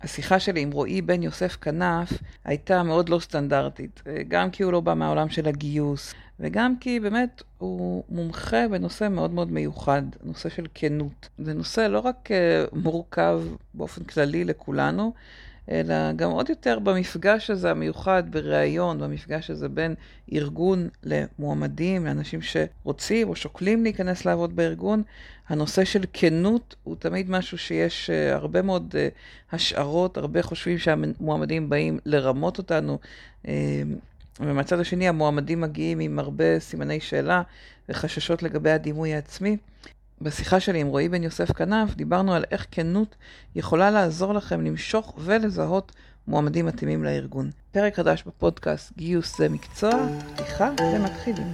השיחה שלי עם רועי בן יוסף כנף הייתה מאוד לא סטנדרטית, גם כי הוא לא בא מהעולם של הגיוס, וגם כי באמת הוא מומחה בנושא מאוד מאוד מיוחד, נושא של כנות. זה נושא לא רק מורכב באופן כללי לכולנו, אלא גם עוד יותר במפגש הזה המיוחד בראיון, במפגש הזה בין ארגון למועמדים, לאנשים שרוצים או שוקלים להיכנס לעבוד בארגון. הנושא של כנות הוא תמיד משהו שיש הרבה מאוד השערות, הרבה חושבים שהמועמדים באים לרמות אותנו, ומצד השני המועמדים מגיעים עם הרבה סימני שאלה וחששות לגבי הדימוי העצמי. בשיחה שלי עם רועי בן יוסף כנף דיברנו על איך כנות יכולה לעזור לכם למשוך ולזהות מועמדים מתאימים לארגון. פרק חדש בפודקאסט גיוס זה מקצוע, פתיחה ומתחילים.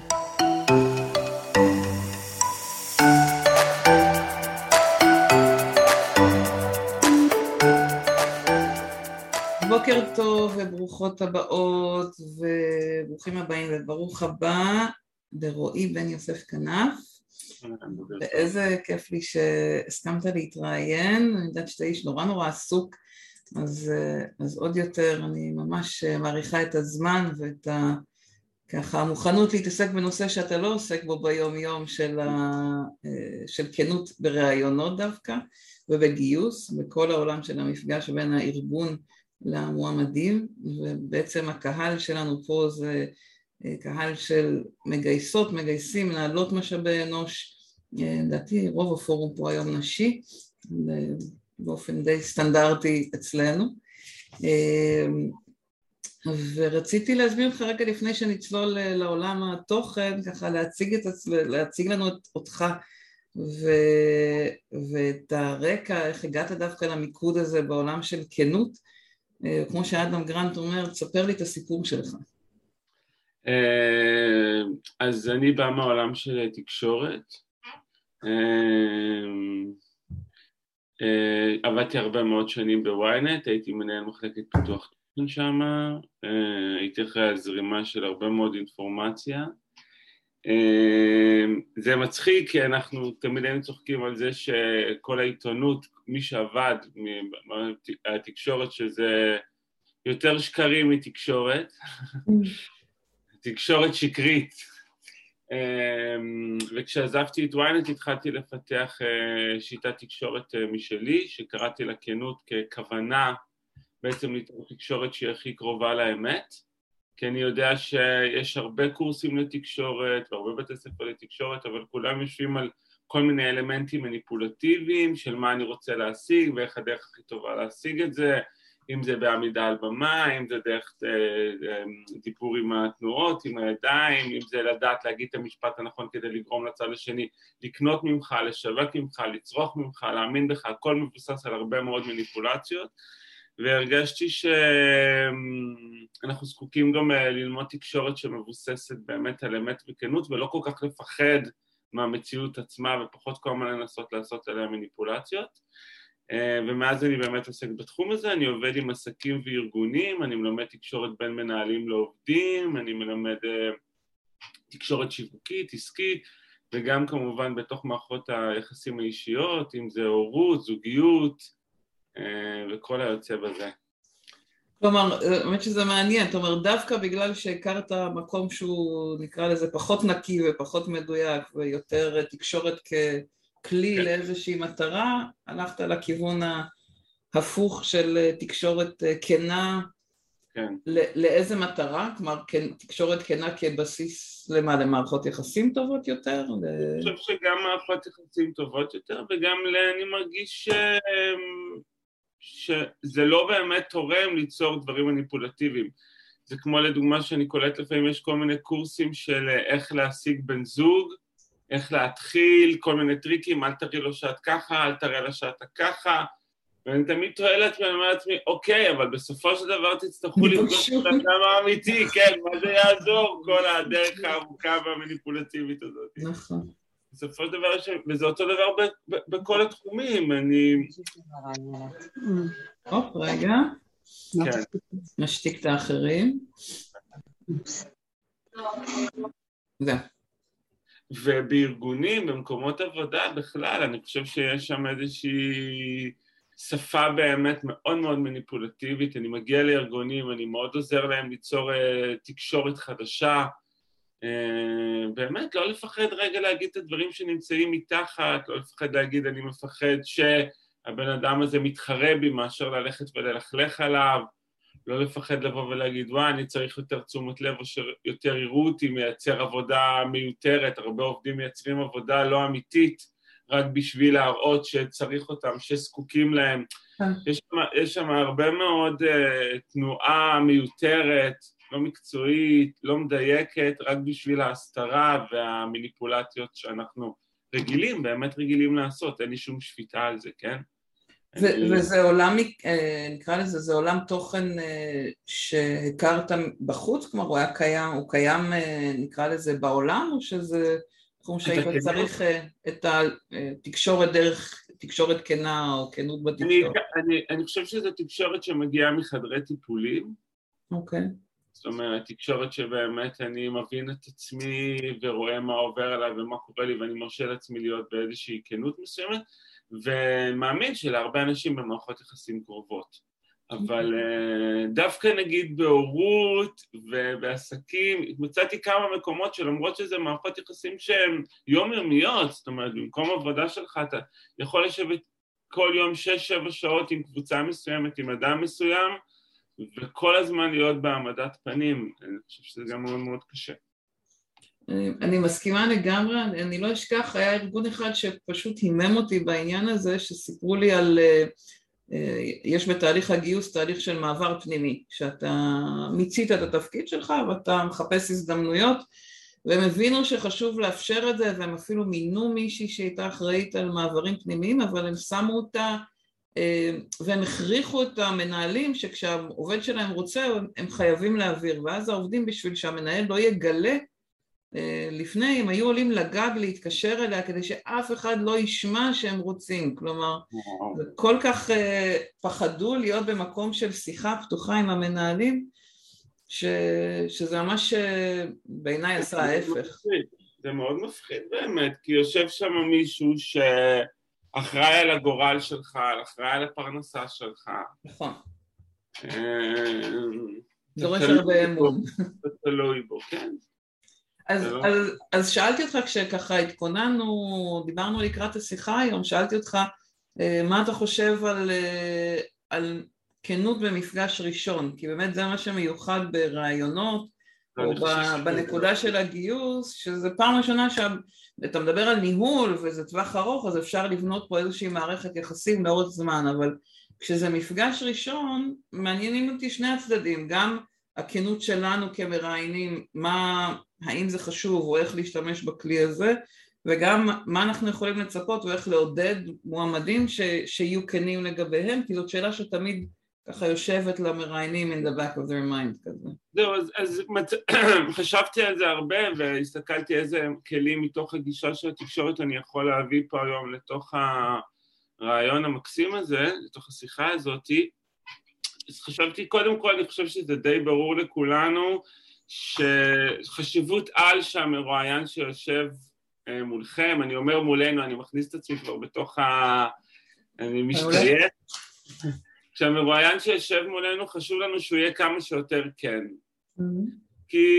בוקר טוב וברוכות הבאות וברוכים הבאים וברוך הבא לרועי בן יוסף כנף. ואיזה כיף לי שהסכמת להתראיין, אני יודעת שאתה איש נורא נורא עסוק, אז עוד יותר אני ממש מעריכה את הזמן ואת ככה המוכנות להתעסק בנושא שאתה לא עוסק בו ביום יום של כנות בראיונות דווקא ובגיוס, בכל העולם של המפגש בין הארגון למועמדים, ובעצם הקהל שלנו פה זה קהל של מגייסות, מגייסים, מנהלות משאבי אנוש, לדעתי רוב הפורום פה היום נשי, באופן די סטנדרטי אצלנו, ורציתי להסביר לך רגע לפני שנצלול לעולם התוכן, ככה להציג לנו אותך ואת הרקע, איך הגעת דווקא למיקוד הזה בעולם של כנות, כמו שאדם גרנט אומר, תספר לי את הסיפור שלך. אז אני בא מהעולם של תקשורת, עבדתי הרבה מאוד שנים בוויינט, הייתי מנהל מחלקת פיתוח תוכן שם, הייתי אחרי הזרימה של הרבה מאוד אינפורמציה. זה מצחיק כי אנחנו תמיד היינו צוחקים על זה שכל העיתונות, מי שעבד מהתקשורת, שזה יותר שקרים מתקשורת, תקשורת שקרית. וכשעזבתי את וויינט התחלתי לפתח שיטת תקשורת משלי, שקראתי לה כנות ככוונה בעצם לתקשורת תקשורת שהיא הכי קרובה לאמת, כי אני יודע שיש הרבה קורסים לתקשורת והרבה בתי ספר לתקשורת, אבל כולם יושבים על כל מיני אלמנטים מניפולטיביים של מה אני רוצה להשיג ואיך הדרך הכי טובה להשיג את זה, אם זה בעמידה על במה, אם זה דרך דיבור עם התנועות, עם הידיים, אם זה לדעת להגיד את המשפט הנכון כדי לגרום לצד השני, לקנות ממך, לשווק ממך, לצרוך ממך, להאמין בך, הכל מבוסס על הרבה מאוד מניפולציות, והרגשתי שאנחנו זקוקים גם ללמוד תקשורת שמבוססת באמת על אמת וכנות, ולא כל כך לפחד מהמציאות עצמה, ופחות כל הזמן לנסות לעשות עליה מניפולציות. ומאז אני באמת עוסק בתחום הזה, אני עובד עם עסקים וארגונים, אני מלמד תקשורת בין מנהלים לעובדים, אני מלמד תקשורת שיווקית, עסקית, וגם כמובן בתוך מערכות היחסים האישיות, אם זה הורות, זוגיות, וכל היוצא בזה. כלומר, באמת שזה מעניין, זאת אומרת, דווקא בגלל שהכרת מקום שהוא נקרא לזה פחות נקי ופחות מדויק, ויותר תקשורת כלי לאיזושהי מטרה, הלכת לכיוון ההפוך של תקשורת כנה, כן. לאיזה מטרה? כלומר, תקשורת כנה כבסיס למה? למערכות יחסים טובות יותר? אני חושב שגם מערכות יחסים טובות יותר, וגם אני מרגיש שזה לא באמת תורם ליצור דברים מניפולטיביים. זה כמו לדוגמה שאני קולט לפעמים יש כל מיני קורסים של איך להשיג בן זוג, איך להתחיל, כל מיני טריקים, אל תראי לו שאת ככה, אל תראה לה שאתה ככה, ואני תמיד תוהה לעצמי, אני אומר לעצמי, אוקיי, אבל בסופו של דבר תצטרכו לפגוש את האדם האמיתי, כן, מה זה יעזור, כל הדרך העמוקה והמניפולטיבית הזאת. נכון. בסופו של דבר, וזה אותו דבר בכל התחומים, אני... רגע. כן. נשתיק את האחרים. זה. ובארגונים, במקומות עבודה בכלל, אני חושב שיש שם איזושהי שפה באמת מאוד מאוד מניפולטיבית, אני מגיע לארגונים, אני מאוד עוזר להם ליצור תקשורת חדשה, באמת לא לפחד רגע להגיד את הדברים שנמצאים מתחת, לא לפחד להגיד אני מפחד שהבן אדם הזה מתחרה בי מאשר ללכת וללכלך עליו, לא לפחד לבוא ולהגיד וואי אני צריך יותר תשומת לב או שיותר יראו אותי, מייצר עבודה מיותרת, הרבה עובדים מייצרים עבודה לא אמיתית רק בשביל להראות שצריך אותם, שזקוקים להם, יש שם הרבה מאוד תנועה מיותרת, לא מקצועית, לא מדייקת, רק בשביל ההסתרה והמניפולציות שאנחנו רגילים, באמת רגילים לעשות, אין לי שום שפיטה על זה, כן? וזה עולם, נקרא לזה, זה עולם תוכן שהכרת בחוץ, כלומר הוא קיים, נקרא לזה, בעולם, או שזה תחום שהיית צריך את התקשורת דרך תקשורת כנה או כנות בתקשורת? אני חושב שזו תקשורת שמגיעה מחדרי טיפולים. אוקיי. זאת אומרת, תקשורת שבאמת אני מבין את עצמי ורואה מה עובר עליי ומה קורה לי ואני מרשה לעצמי להיות באיזושהי כנות מסוימת, ומאמין שלהרבה אנשים במערכות יחסים קרובות. אבל דווקא נגיד בהורות ובעסקים, מצאתי כמה מקומות שלמרות שזה מערכות יחסים שהן יומיומיות, זאת אומרת, במקום עבודה שלך אתה יכול לשבת כל יום 6-7 שעות עם קבוצה מסוימת, עם אדם מסוים, וכל הזמן להיות בהעמדת פנים. אני חושב שזה גם מאוד מאוד קשה. אני מסכימה לגמרי, אני לא אשכח, היה ארגון אחד שפשוט הימם אותי בעניין הזה, שסיפרו לי על, יש בתהליך הגיוס תהליך של מעבר פנימי, שאתה מיצית את התפקיד שלך ואתה מחפש הזדמנויות, והם הבינו שחשוב לאפשר את זה, והם אפילו מינו מישהי שהייתה אחראית על מעברים פנימיים, אבל הם שמו אותה, והם הכריחו את המנהלים שכשהעובד שלהם רוצה, הם חייבים להעביר, ואז העובדים בשביל שהמנהל לא יגלה, לפני הם היו עולים לגג להתקשר אליה כדי שאף אחד לא ישמע שהם רוצים, כלומר כל כך פחדו להיות במקום של שיחה פתוחה עם המנהלים שזה ממש בעיניי עשה ההפך. זה מאוד מפחיד באמת, כי יושב שם מישהו שאחראי על הגורל שלך, אחראי על הפרנסה שלך. נכון. דורש הרבה אמון. תלוי בו, כן. אז שאלתי אותך כשככה התכוננו, דיברנו לקראת השיחה היום, שאלתי אותך מה אתה חושב על כנות במפגש ראשון, כי באמת זה מה שמיוחד ברעיונות, או בנקודה של הגיוס, שזה פעם ראשונה שאתה מדבר על ניהול וזה טווח ארוך, אז אפשר לבנות פה איזושהי מערכת יחסים לאורך זמן, אבל כשזה מפגש ראשון, מעניינים אותי שני הצדדים, גם הכנות שלנו כמראיינים, האם זה חשוב או איך להשתמש בכלי הזה, וגם מה אנחנו יכולים לצפות ואיך לעודד מועמדים שיהיו כנים לגביהם, כי זאת שאלה שתמיד ככה יושבת למראיינים in the back of their mind כזה. זהו, אז חשבתי על זה הרבה והסתכלתי איזה כלים מתוך הגישה של התקשורת אני יכול להביא פה היום לתוך הרעיון המקסים הזה, לתוך השיחה הזאת. אז חשבתי, קודם כל אני חושב שזה די ברור לכולנו שחשיבות על שהמרואיין שיושב מולכם, אני אומר מולנו, אני מכניס את עצמי כבר בתוך אני משתייך. כשהמרואיין שיושב מולנו חשוב לנו שהוא יהיה כמה שיותר כן. כי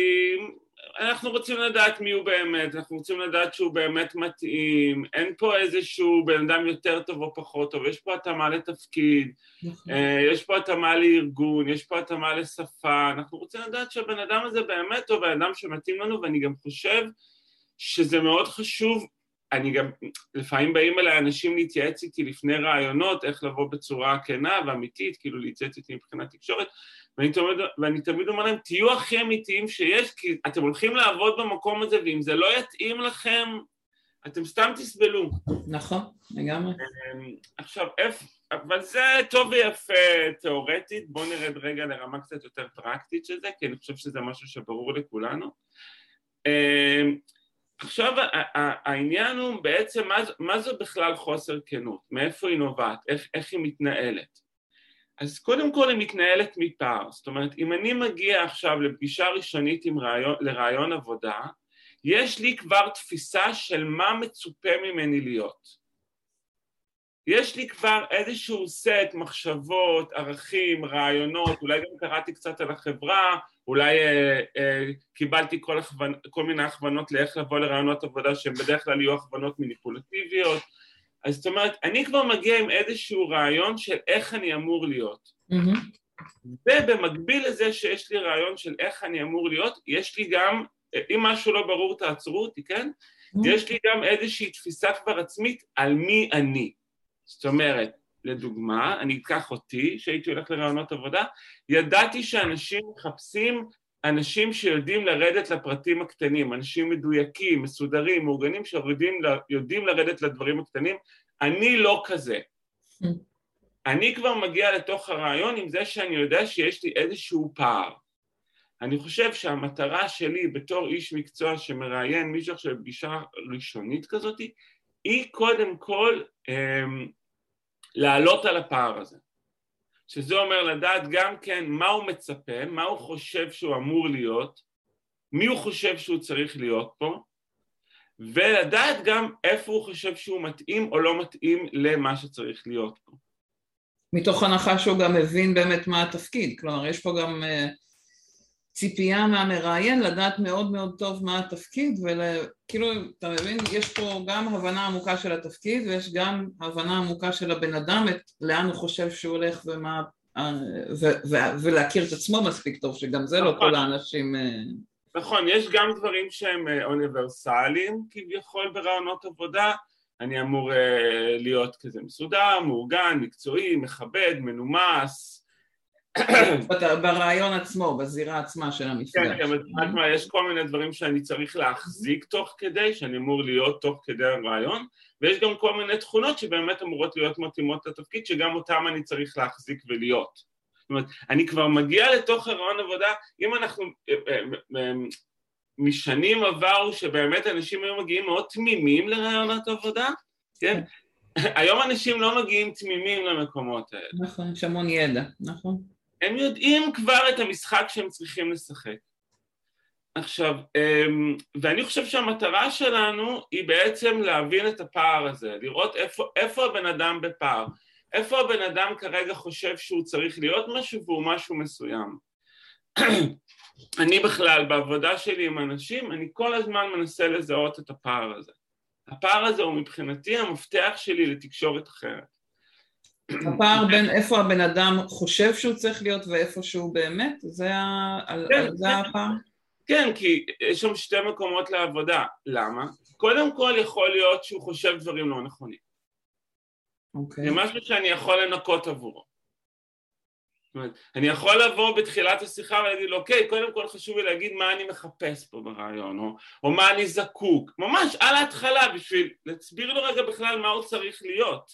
אנחנו רוצים לדעת מי הוא באמת, אנחנו רוצים לדעת שהוא באמת מתאים, אין פה איזשהו בן אדם יותר טוב או פחות טוב, יש פה התאמה לתפקיד, יש פה התאמה לארגון, יש פה התאמה לשפה, אנחנו רוצים לדעת שהבן אדם הזה באמת הוא בן אדם שמתאים לנו, ואני גם חושב שזה מאוד חשוב, אני גם, לפעמים באים אליי אנשים להתייעץ איתי לפני רעיונות, איך לבוא בצורה כנה ואמיתית, כאילו להתייעץ איתי מבחינת תקשורת, ואני תמיד אומר להם, תהיו הכי אמיתיים שיש, כי אתם הולכים לעבוד במקום הזה, ואם זה לא יתאים לכם, אתם סתם תסבלו. נכון, לגמרי. עכשיו, אבל זה טוב ויפה תיאורטית, בואו נרד רגע לרמה קצת יותר פרקטית של זה, כי אני חושב שזה משהו שברור לכולנו. עכשיו, העניין הוא בעצם, מה זה בכלל חוסר כנות? מאיפה היא נובעת? איך היא מתנהלת? אז קודם כל היא מתנהלת מפער, זאת אומרת, אם אני מגיע עכשיו לפגישה ראשונית לרעיון עבודה, יש לי כבר תפיסה של מה מצופה ממני להיות. יש לי כבר איזשהו סט, מחשבות, ערכים, רעיונות, אולי גם קראתי קצת על החברה, אולי קיבלתי כל מיני הכוונות לאיך לבוא לרעיונות עבודה שהן בדרך כלל יהיו הכוונות מניפולטיביות, אז זאת אומרת, אני כבר מגיע עם איזשהו רעיון של איך אני אמור להיות. ובמקביל לזה שיש לי רעיון של איך אני אמור להיות, יש לי גם, אם משהו לא ברור תעצרו אותי, כן? יש לי גם איזושהי תפיסה כבר עצמית על מי אני. זאת אומרת, לדוגמה, אני אקח אותי, שהייתי הולך לרעיונות עבודה, ידעתי שאנשים מחפשים אנשים שיודעים לרדת לפרטים הקטנים, אנשים מדויקים, מסודרים, מאורגנים, שיודעים לרדת לדברים הקטנים. אני לא כזה. אני כבר מגיע לתוך הרעיון עם זה שאני יודע שיש לי איזשהו פער. אני חושב שהמטרה שלי בתור איש מקצוע שמראיין מישהו עכשיו בפגישה ראשונית כזאת, היא קודם כל לעלות על הפער הזה. שזה אומר לדעת גם כן מה הוא מצפה, מה הוא חושב שהוא אמור להיות, מי הוא חושב שהוא צריך להיות פה, ולדעת גם איפה הוא חושב שהוא מתאים או לא מתאים למה שצריך להיות פה. מתוך הנחה שהוא גם מבין באמת מה התפקיד, כלומר יש פה גם ציפייה מהמראיין לדעת מאוד מאוד טוב מה התפקיד, וכאילו אתה מבין, יש פה גם הבנה עמוקה של התפקיד ויש גם הבנה עמוקה של הבן אדם, לאן הוא חושב שהוא הולך ומה, ולהכיר את עצמו מספיק טוב, שגם זה לא כל האנשים... נכון, יש גם דברים שהם אוניברסליים כביכול ברעיונות עבודה, אני אמור להיות כזה מסודר, מאורגן, מקצועי, מכבד, מנומס. ברעיון עצמו, בזירה עצמה של המפגש. כן, אבל יש כל מיני דברים שאני צריך להחזיק תוך כדי, שאני אמור להיות תוך כדי הרעיון, ויש גם כל מיני תכונות שבאמת אמורות להיות מתאימות לתפקיד, שגם אותם אני צריך להחזיק ולהיות. זאת אומרת, אני כבר מגיע לתוך הרעיון עבודה, אם אנחנו משנים עברו שבאמת אנשים היו מגיעים מאוד תמימים לרעיונות עבודה, כן? היום אנשים לא מגיעים תמימים למקומות האלה. נכון, יש המון ידע, נכון. הם יודעים כבר את המשחק שהם צריכים לשחק. עכשיו, ואני חושב שהמטרה שלנו היא בעצם להבין את הפער הזה, לראות איפה הבן אדם בפער, איפה הבן אדם כרגע חושב שהוא צריך להיות משהו והוא משהו מסוים. אני בכלל, בעבודה שלי עם אנשים, אני כל הזמן מנסה לזהות את הפער הזה. הפער הזה הוא מבחינתי המפתח שלי לתקשורת אחרת. הפער בין איפה הבן אדם חושב שהוא צריך להיות ואיפה שהוא באמת? זה הפער? כן, כי יש שם שתי מקומות לעבודה. למה? קודם כל יכול להיות שהוא חושב דברים לא נכונים. זה משהו שאני יכול לנקות עבורו. זאת אומרת, אני יכול לבוא בתחילת השיחה ולהגיד לו, אוקיי, קודם כל חשוב לי להגיד מה אני מחפש פה ברעיון, או מה אני זקוק. ממש על ההתחלה בשביל להסביר לו רגע בכלל מה הוא צריך להיות.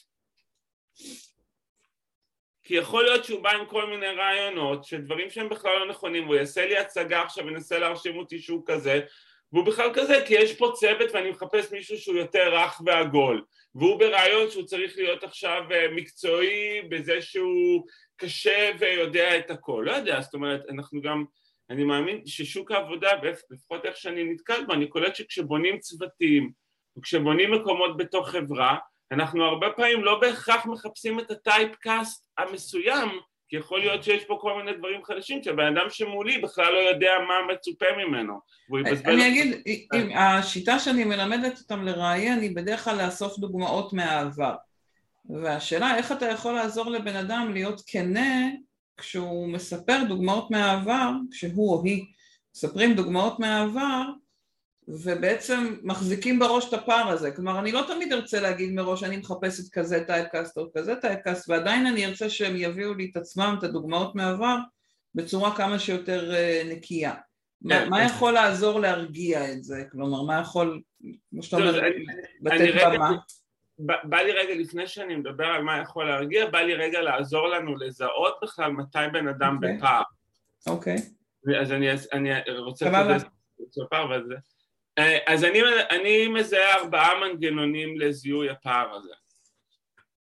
כי יכול להיות שהוא בא עם כל מיני רעיונות, שדברים שהם בכלל לא נכונים, הוא יעשה לי הצגה עכשיו ונסה להרשים אותי שהוא כזה, והוא בכלל כזה, כי יש פה צוות ואני מחפש מישהו שהוא יותר רך ועגול, והוא ברעיון שהוא צריך להיות עכשיו מקצועי, בזה שהוא קשה ויודע את הכל. לא יודע, זאת אומרת, אנחנו גם, אני מאמין ששוק העבודה, לפחות איך שאני נתקל בו, אני קולט שכשבונים צוותים, וכשבונים מקומות בתוך חברה, אנחנו הרבה פעמים לא בהכרח מחפשים את הטייפקאסט המסוים, כי יכול להיות שיש פה כל מיני דברים חדשים, שהבן אדם שמולי בכלל לא יודע מה מצופה ממנו. אני אגיד, השיטה שאני מלמדת אותם לראיין, היא בדרך כלל לאסוף דוגמאות מהעבר. והשאלה, איך אתה יכול לעזור לבן אדם להיות כנה, כשהוא מספר דוגמאות מהעבר, כשהוא או היא מספרים דוגמאות מהעבר, ובעצם מחזיקים בראש את הפער הזה. כלומר, אני לא תמיד ארצה להגיד מראש, אני מחפשת כזה טייפקאסט או כזה טייפקאסט, ועדיין אני ארצה שהם יביאו לי את עצמם, את הדוגמאות מהעבר, בצורה כמה שיותר נקייה. מה יכול לעזור להרגיע את זה? כלומר, מה יכול, כמו שאתה אומר, לתת במה? בא לי רגע, לפני שאני מדבר על מה יכול להרגיע, בא לי רגע לעזור לנו לזהות בכלל מתי בן אדם בפער. אוקיי. אז אני רוצה לפער וזה. אז אני מזהה 4 מנגנונים לזיהוי הפער הזה.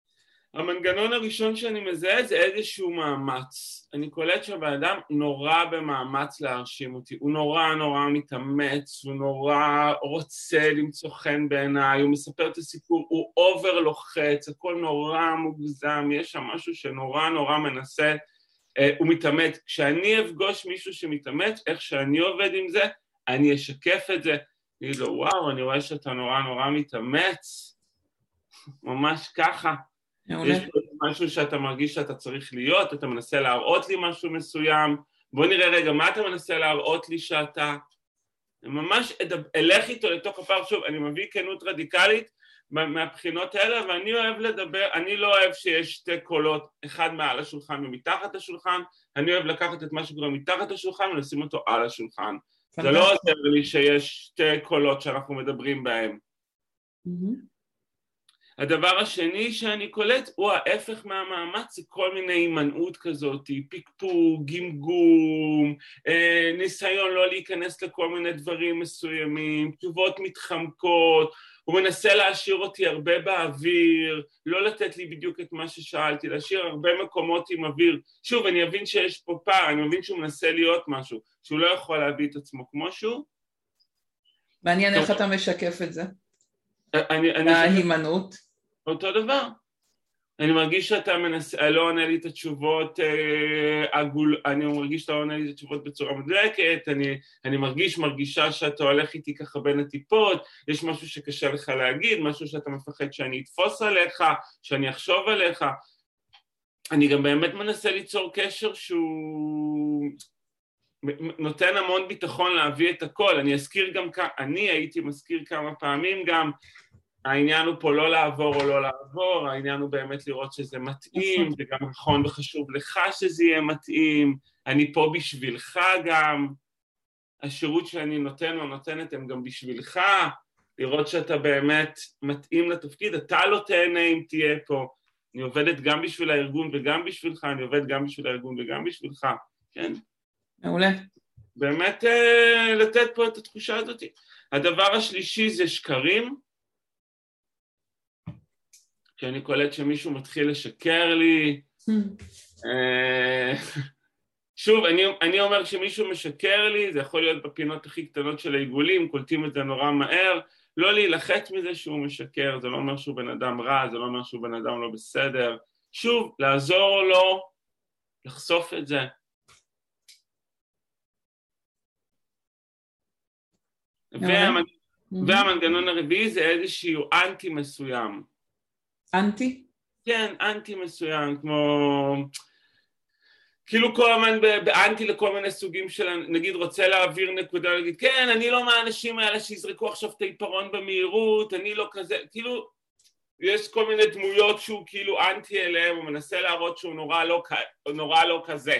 המנגנון הראשון שאני מזהה זה איזשהו מאמץ. אני קולט שהבן נורא במאמץ להרשים אותי, הוא נורא מתאמץ, הוא נורא רוצה למצוא חן בעיניי, הוא מספר את הסיפור, הוא אובר לוחץ, הכל נורא מוגזם, יש שם משהו שנורא מנסה, הוא מתאמץ. כשאני אפגוש מישהו שמתאמץ, איך שאני עובד עם זה, אני אשקף את זה, אני אגיד לו, וואו, אני רואה שאתה נורא מתאמץ, ממש ככה. יש פה משהו שאתה מרגיש שאתה צריך להיות, אתה מנסה להראות לי משהו מסוים, בוא נראה רגע, מה אתה מנסה להראות לי שאתה... ממש אלך איתו לתוך הפער. שוב, אני מביא כנות רדיקלית מהבחינות האלה, ואני אוהב לדבר, אני לא אוהב שיש שתי קולות, אחד מעל השולחן ומתחת השולחן, אני אוהב לקחת את מה שקורה מתחת השולחן ולשים אותו על השולחן. זה לא עוזר לי שיש שתי קולות שאנחנו מדברים בהם. הדבר השני שאני קולט הוא ההפך מהמאמץ, זה כל מיני הימנעות כזאת, פיקפוק, גמגום, ניסיון לא להיכנס לכל מיני דברים מסוימים, תשובות מתחמקות, הוא מנסה להשאיר אותי הרבה באוויר, לא לתת לי בדיוק את מה ששאלתי, להשאיר הרבה מקומות עם אוויר. שוב, אני אבין שיש פה פער, אני מבין שהוא מנסה להיות משהו, שהוא לא יכול להביא את עצמו כמו שהוא. מעניין איך אתה משקף את זה? ההימנעות? אותו דבר. אני מרגיש שאתה לא עונה לי את התשובות, אני מרגיש שאתה עונה לי את התשובות בצורה מדויקת, אני מרגישה שאתה הולך איתי ככה בין הטיפות, יש משהו שקשה לך להגיד, משהו שאתה מפחד שאני אתפוס עליך, שאני אחשוב עליך. אני גם באמת מנסה ליצור קשר שהוא נותן המון ביטחון להביא את הכל. אני הייתי מזכיר כמה פעמים גם, העניין הוא פה לא לעבור או לא לעבור, העניין הוא באמת לראות שזה מתאים, זה גם נכון וחשוב לך שזה יהיה מתאים, אני פה בשבילך גם, השירות שאני נותן או נותנת הם גם בשבילך, לראות שאתה באמת מתאים לתפקיד, אתה לא תהנה אם תהיה פה, אני עובדת גם בשביל הארגון וגם בשבילך, אני עובד גם בשביל הארגון וגם בשבילך, כן? מעולה. באמת לתת פה את התחושה הזאת. הדבר השלישי זה שקרים, כשאני קולט שמישהו מתחיל לשקר לי, שוב, אני אומר שמישהו משקר לי, זה יכול להיות בפינות הכי קטנות של העיגולים, קולטים את זה נורא מהר, לא להילחץ מזה שהוא משקר, זה לא אומר שהוא בן אדם רע, זה לא אומר שהוא בן אדם לא בסדר, שוב, לעזור לו, לחשוף את זה. והמנגנון הרביעי זה איזשהו אנטי מסוים. אנטי? כן, אנטי מסוים, כמו... כאילו כל הזמן באנטי לכל מיני סוגים של, נגיד רוצה להעביר נקודה, להגיד, כן, אני לא מהאנשים האלה שיזרקו עכשיו את העיפרון במהירות, אני לא כזה, כאילו, יש כל מיני דמויות שהוא כאילו אנטי אליהם, הוא מנסה להראות שהוא נורא לא כזה.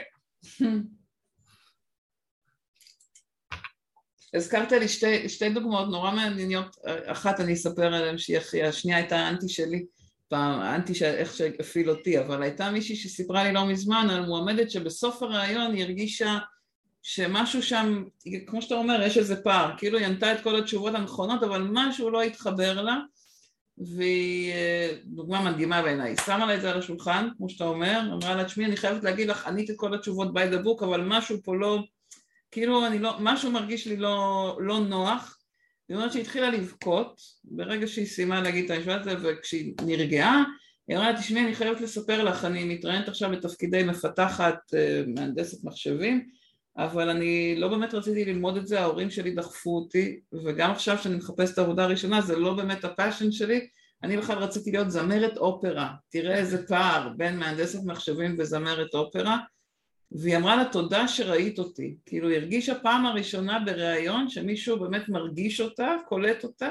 הזכרת לי שתי דוגמאות נורא מעניינות, אחת אני אספר עליהן שהיא אחי, השנייה הייתה האנטי שלי, האנטי איך שהפעיל אותי, אבל הייתה מישהי שסיפרה לי לא מזמן על מועמדת שבסוף הרעיון היא הרגישה שמשהו שם, כמו שאתה אומר, יש איזה פער, כאילו היא ענתה את כל התשובות הנכונות, אבל משהו לא התחבר לה, והיא דוגמה מדהימה בעיניי, שמה לה את זה על השולחן, כמו שאתה אומר, אמרה לה, תשמעי, אני חייבת להגיד לך, ענית את כל התשובות by the book, אבל משהו פה לא, כאילו משהו מרגיש לי לא נוח, היא אומרת שהיא התחילה לבכות, ברגע שהיא סיימה להגיד את המשפט הזה, וכשהיא נרגעה, היא אמרה, תשמעי, אני חייבת לספר לך, אני מתראיינת עכשיו בתפקידי מפתחת מהנדסת מחשבים, אבל אני לא באמת רציתי ללמוד את זה, ההורים שלי דחפו אותי, וגם עכשיו שאני מחפשת את העבודה הראשונה, זה לא באמת הפאשן שלי, אני בכלל רציתי להיות זמרת אופרה, תראה איזה פער בין מהנדסת מחשבים וזמרת אופרה, והיא אמרה לה תודה שראית אותי, כאילו היא הרגישה פעם הראשונה בראיון שמישהו באמת מרגיש אותה, קולט אותה,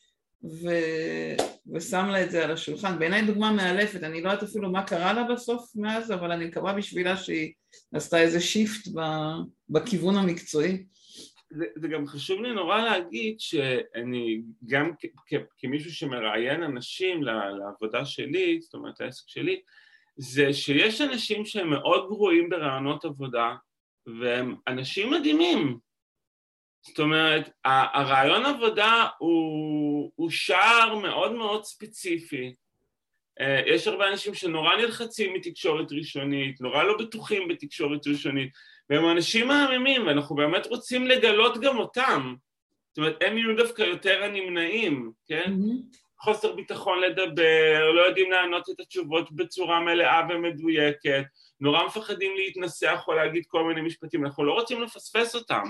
ושם לה את זה על השולחן. בעיניי דוגמה מאלפת, אני לא יודעת אפילו מה קרה לה בסוף מאז, אבל אני מקווה בשבילה שהיא עשתה איזה שיפט בכיוון המקצועי. זה גם חשוב לי נורא להגיד שאני גם כמישהו שמראיין אנשים לעבודה שלי, זאת אומרת העסק שלי, זה שיש אנשים שהם מאוד גרועים ברעיונות עבודה, והם אנשים מדהימים. זאת אומרת, הרעיון עבודה הוא שער מאוד מאוד ספציפי. יש הרבה אנשים שנורא נלחצים מתקשורת ראשונית, נורא לא בטוחים בתקשורת ראשונית, והם אנשים מהממים, ואנחנו באמת רוצים לגלות גם אותם. זאת אומרת, הם יהיו דווקא יותר הנמנעים, כן? חוסר ביטחון לדבר, לא יודעים לענות את התשובות בצורה מלאה ומדויקת, נורא מפחדים להתנסח או להגיד כל מיני משפטים, אנחנו לא רוצים לפספס אותם.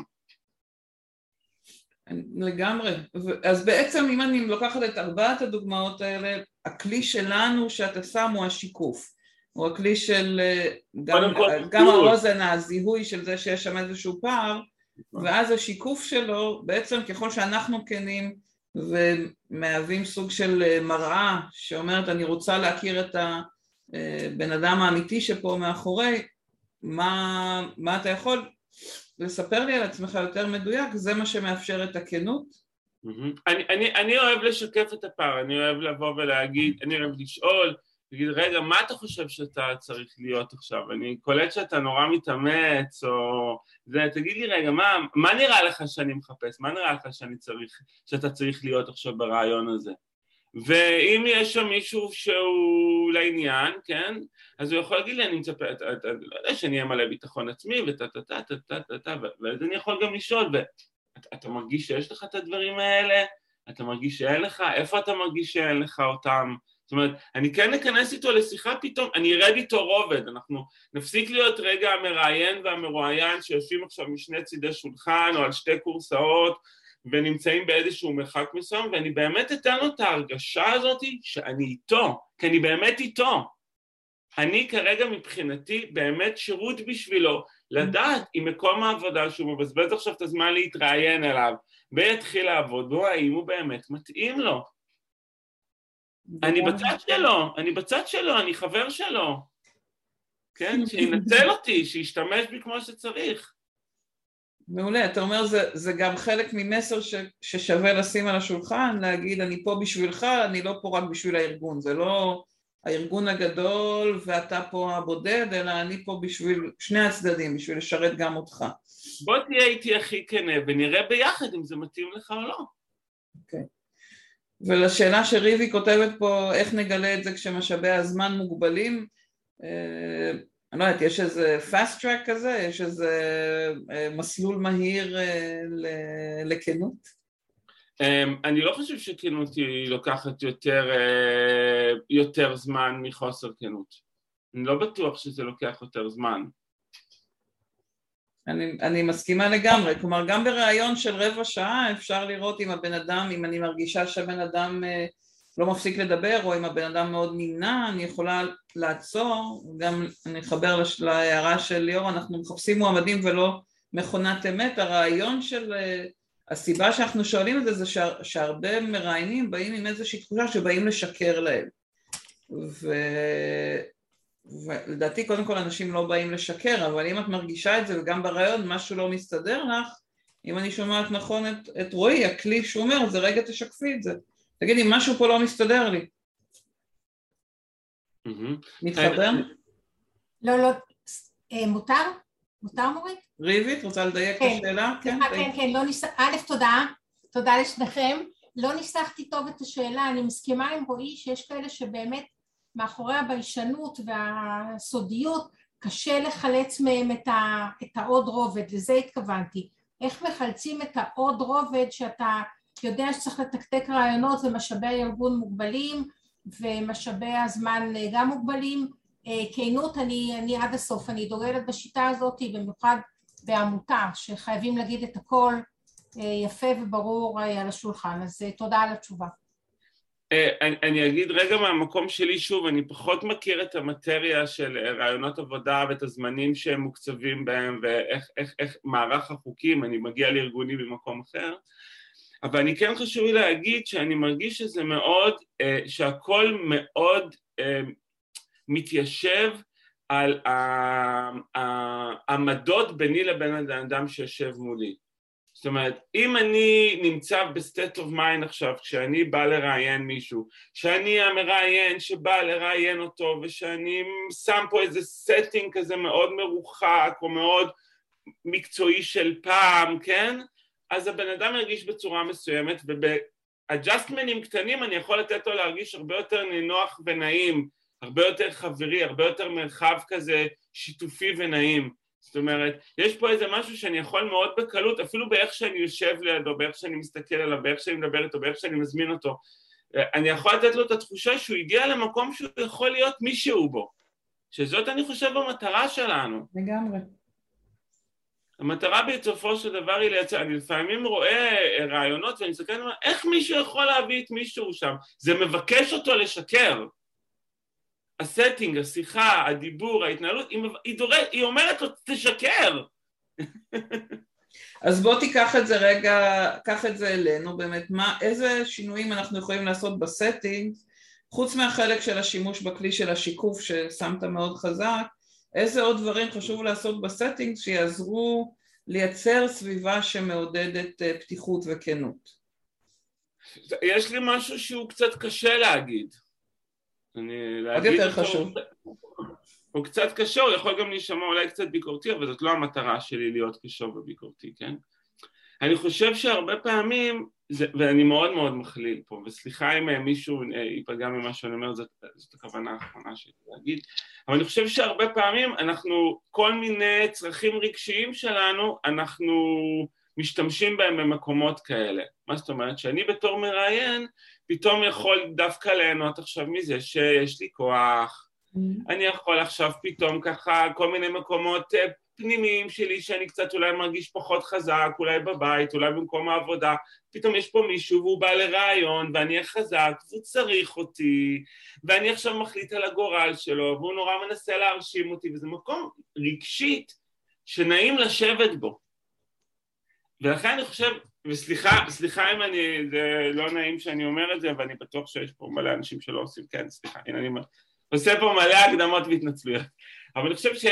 לגמרי. אז בעצם אם אני לוקחת את 4 הדוגמאות האלה, הכלי שלנו שאתה שם הוא השיקוף. הוא הכלי של גם האוזן, הזיהוי של זה שיש שם איזשהו פער, ואז השיקוף שלו, בעצם ככל שאנחנו כנים ומהווים סוג של מראה שאומרת אני רוצה להכיר את הבן אדם האמיתי שפה מאחורי, מה אתה יכול לספר לי על עצמך יותר מדויק, זה מה שמאפשר את הכנות. אני אוהב לשקף את הפער, אני אוהב לבוא ולהגיד, אני אוהב לשאול, תגיד, רגע, מה אתה חושב שאתה צריך להיות עכשיו? אני קולט שאתה נורא מתאמץ, או זה, תגיד לי, רגע, מה נראה לך שאני מחפש? מה נראה לך שאתה צריך להיות עכשיו ברעיון הזה? ואם יש שם מישהו שהוא לעניין, כן? אז הוא יכול להגיד לי, אני מצפה, לא יודע שאני אהיה מלא ביטחון עצמי, ואז אני יכול גם לשאול, ואתה מרגיש שיש לך את הדברים האלה? אתה מרגיש שאין לך? איפה אתה מרגיש שאין לך אותם? זאת אומרת, אני כן אכנס איתו לשיחה פתאום, אני ארד איתו רובד, אנחנו נפסיק להיות רגע המראיין והמרואיין שיושבים עכשיו משני צידי שולחן או על 2 קורסאות ונמצאים באיזשהו מרחק מסוים, ואני באמת אתן לו את ההרגשה הזאת שאני איתו, כי אני באמת איתו. אני כרגע מבחינתי באמת שירות בשבילו, לדעת אם מקום העבודה שהוא מבזבז עכשיו את הזמן להתראיין אליו, ויתחיל לעבוד בו, האם הוא באמת מתאים לו. אני בצד שלו, אני חבר שלו, כן? שינצל אותי, שישתמש בי כמו שצריך. מעולה, אתה אומר זה גם חלק ממסר ששווה לשים על השולחן, להגיד אני פה בשבילך, אני לא פה רק בשביל הארגון, זה לא הארגון הגדול ואתה פה הבודד, אלא אני פה בשביל שני הצדדים, בשביל לשרת גם אותך. בוא תהיה איתי הכי כנה ונראה ביחד אם זה מתאים לך או לא. אוקיי. ולשאלה שריבי כותבת פה, איך נגלה את זה כשמשאבי הזמן מוגבלים, אני לא יודעת, יש איזה fast track כזה? יש איזה מסלול מהיר לכנות? אני לא חושב שכנות היא לוקחת יותר זמן מחוסר כנות. אני לא בטוח שזה לוקח יותר זמן. אני מסכימה לגמרי, כלומר גם ברעיון של רבע שעה אפשר לראות אם הבן אדם, אם אני מרגישה שהבן אדם לא מפסיק לדבר או אם הבן אדם מאוד נמנע, אני יכולה לעצור, גם אני אחבר להערה של ליאור, אנחנו מחפשים מועמדים ולא מכונת אמת, הרעיון של הסיבה שאנחנו שואלים את זה שהרבה מראיינים באים עם איזושהי תחושה שבאים לשקר להם, ולדעתי קודם כל אנשים לא באים לשקר, אבל אם את מרגישה את זה וגם ברעיון משהו לא מסתדר לך, אם אני שומעת נכון את רועי, הכלי שאומר, זה רגע תשקפי את זה. תגידי, משהו פה לא מסתדר לי. מתחבר? לא, מותר? מותר מורית? ריבית, רוצה לדייק את השאלה? כן, לא ניסחתי, תודה לשניכם. לא ניסחתי טוב את השאלה, אני מסכימה עם רועי שיש כאלה שבאמת מאחורי הביישנות והסודיות קשה לחלץ מהם את העוד רובד, לזה התכוונתי. איך מחלצים את העוד רובד שאתה יודע שצריך לתקתק רעיונות ומשאבי הארגון מוגבלים ומשאבי הזמן גם מוגבלים. כנות, אני עד הסוף, אני דוגלת בשיטה הזאת, במיוחד בעמותה שחייבים להגיד את הכל יפה וברור על השולחן, אז תודה על התשובה. אני אגיד רגע מהמקום שלי שוב, אני פחות מכיר את המטריה של רעיונות עבודה ואת הזמנים שהם מוקצבים בהם ואיך מערך החוקים, אני מגיע לארגונים במקום אחר, אבל אני כן חשוב לי להגיד שאני מרגיש שזה מאוד, שהכל מאוד מתיישב על העמדות ביני לבין האדם שיושב מולי. זאת אומרת, אם אני נמצא בסטייט אוף מיינד עכשיו, כשאני בא לראיין מישהו, שאני המראיין שבא לראיין אותו, ושאני שם פה איזה סטינג כזה מאוד מרוחק, או מאוד מקצועי של פעם, כן? אז הבן אדם מרגיש בצורה מסוימת, אג'סטמנים קטנים אני יכול לתת לו להרגיש הרבה יותר נינוח ונעים, הרבה יותר חברי, הרבה יותר מרחב כזה שיתופי ונעים. זאת אומרת, יש פה איזה משהו שאני יכול מאוד בקלות, אפילו באיך שאני יושב לידו, באיך שאני מסתכל עליו, באיך שאני מדבר איתו, באיך שאני מזמין אותו. אני יכול לתת לו את התחושה שהוא הגיע למקום שהוא יכול להיות מישהו בו. שזאת אני חושב המטרה שלנו. לגמרי. המטרה בסופו של דבר היא לייצר, אני לפעמים רואה רעיונות ואני מסתכל, איך מישהו יכול להביא את מישהו שם? זה מבקש אותו לשקר. הסטינג, השיחה, הדיבור, ההתנהלות, היא אומרת לו, תשקר. אז בוא תיקח את זה רגע, קח את זה אלינו, באמת, איזה שינויים אנחנו יכולים לעשות בסטינג, חוץ מהחלק של השימוש בכלי של השיקוף ששמת מאוד חזק, איזה עוד דברים חשוב לעשות בסטינג שיעזרו לייצר סביבה שמעודדת פתיחות וכנות? יש לי משהו שהוא קצת קשה להגיד. עוד יותר חשוב. הוא קצת קשה, הוא יכול גם להישמע אולי קצת ביקורתי, אבל זאת לא המטרה שלי להיות קשור וביקורתי, כן? אני חושב שהרבה פעמים, ואני מאוד מאוד מכליל פה, וסליחה אם מישהו ייפגע ממה שאני אומר, זאת הכוונה האחרונה שלי להגיד, אבל אני חושב שהרבה פעמים אנחנו, כל מיני צרכים רגשיים שלנו, אנחנו משתמשים בהם במקומות כאלה. מה זאת אומרת? שאני בתור מראיין, פתאום יכול דווקא ליהנות עכשיו מזה שיש לי כוח, אני יכול עכשיו פתאום ככה כל מיני מקומות פנימיים שלי שאני קצת אולי מרגיש פחות חזק, אולי בבית, אולי במקום העבודה, פתאום יש פה מישהו והוא בא לרעיון ואני אהיה חזק והוא צריך אותי ואני עכשיו מחליט על הגורל שלו והוא נורא מנסה להרשים אותי וזה מקום רגשית שנעים לשבת בו. ולכן אני חושב, וסליחה אם זה לא נעים שאני אומר את זה, אבל אני בטוח שיש פה מלא אנשים שלא עושים, כן, סליחה, הנה אני עושה פה מלא הקדמות והתנצלויות, אבל אני חושב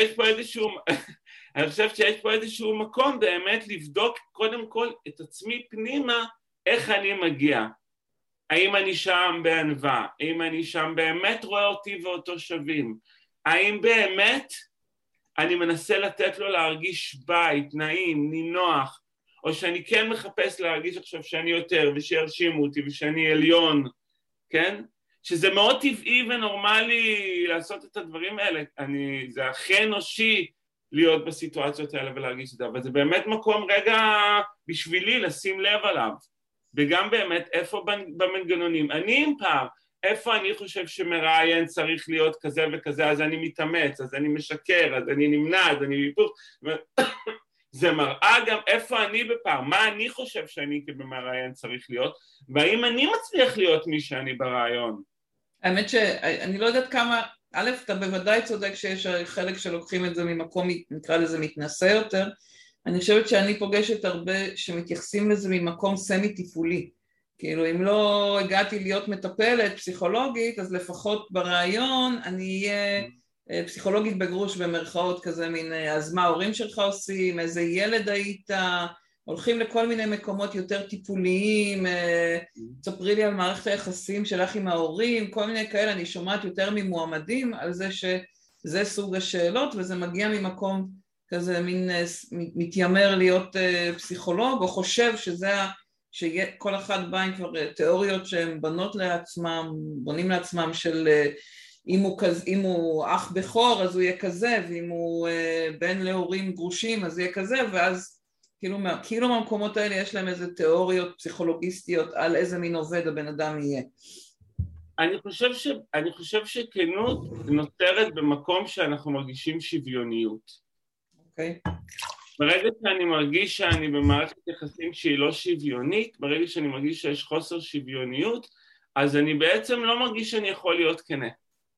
שיש פה איזשהו מקום באמת לבדוק קודם כל את עצמי פנימה, איך אני מגיע, האם אני שם בענווה, האם אני שם באמת רואה אותי ואותו שווים, האם באמת אני מנסה לתת לו להרגיש בית, נעים, נינוח, או שאני כן מחפש להרגיש עכשיו שאני יותר, ושירשימו אותי, ושאני עליון, כן? שזה מאוד טבעי ונורמלי לעשות את הדברים האלה. זה הכי אנושי להיות בסיטואציות האלה ולהרגיש את זה, אבל זה באמת מקום רגע בשבילי לשים לב עליו. וגם באמת איפה במנגנונים. אני עם פעם, איפה אני חושב שמראיין צריך להיות כזה וכזה, אז אני מתאמץ, אז אני משקר, אז אני נמנע, אז אני היפוך. זה מראה גם איפה אני בפעם, מה אני חושב שאני כבמראיין צריך להיות, והאם אני מצליח להיות מי שאני ברעיון. האמת שאני לא יודעת כמה, א', אתה בוודאי צודק שיש חלק שלוקחים את זה ממקום, נקרא לזה מתנשא יותר, אני חושבת שאני פוגשת הרבה שמתייחסים לזה ממקום סמי-טיפולי, כאילו אם לא הגעתי להיות מטפלת פסיכולוגית, אז לפחות ברעיון אני אהיה פסיכולוגית בגרוש במרכאות כזה מין, אז מה ההורים שלך עושים, איזה ילד היית, הולכים לכל מיני מקומות יותר טיפוליים, תספרי לי על מערכת היחסים שלך עם ההורים, כל מיני כאלה, אני שומעת יותר ממועמדים על זה שזה סוג השאלות, וזה מגיע ממקום כזה מין מתיימר להיות פסיכולוג, או חושב שכל אחד בא עם כבר תיאוריות שהן בונים לעצמם של אם הוא אח בכור אז הוא יהיה כזה, ואם הוא בן להורים גרושים אז יהיה כזה, ואז כאילו מהמקומות האלה יש להם איזה תיאוריות פסיכולוגיסטיות על איזה מין עובד הבן אדם יהיה. אני חושב שכנות נותרת במקום שאנחנו מרגישים שוויוניות. אוקיי. ברגע שאני מרגיש שאני במערכת יחסים שהיא לא שוויונית, ברגע שאני מרגיש שיש חוסר שוויוניות, אז אני בעצם לא מרגיש שאני יכול להיות כנה.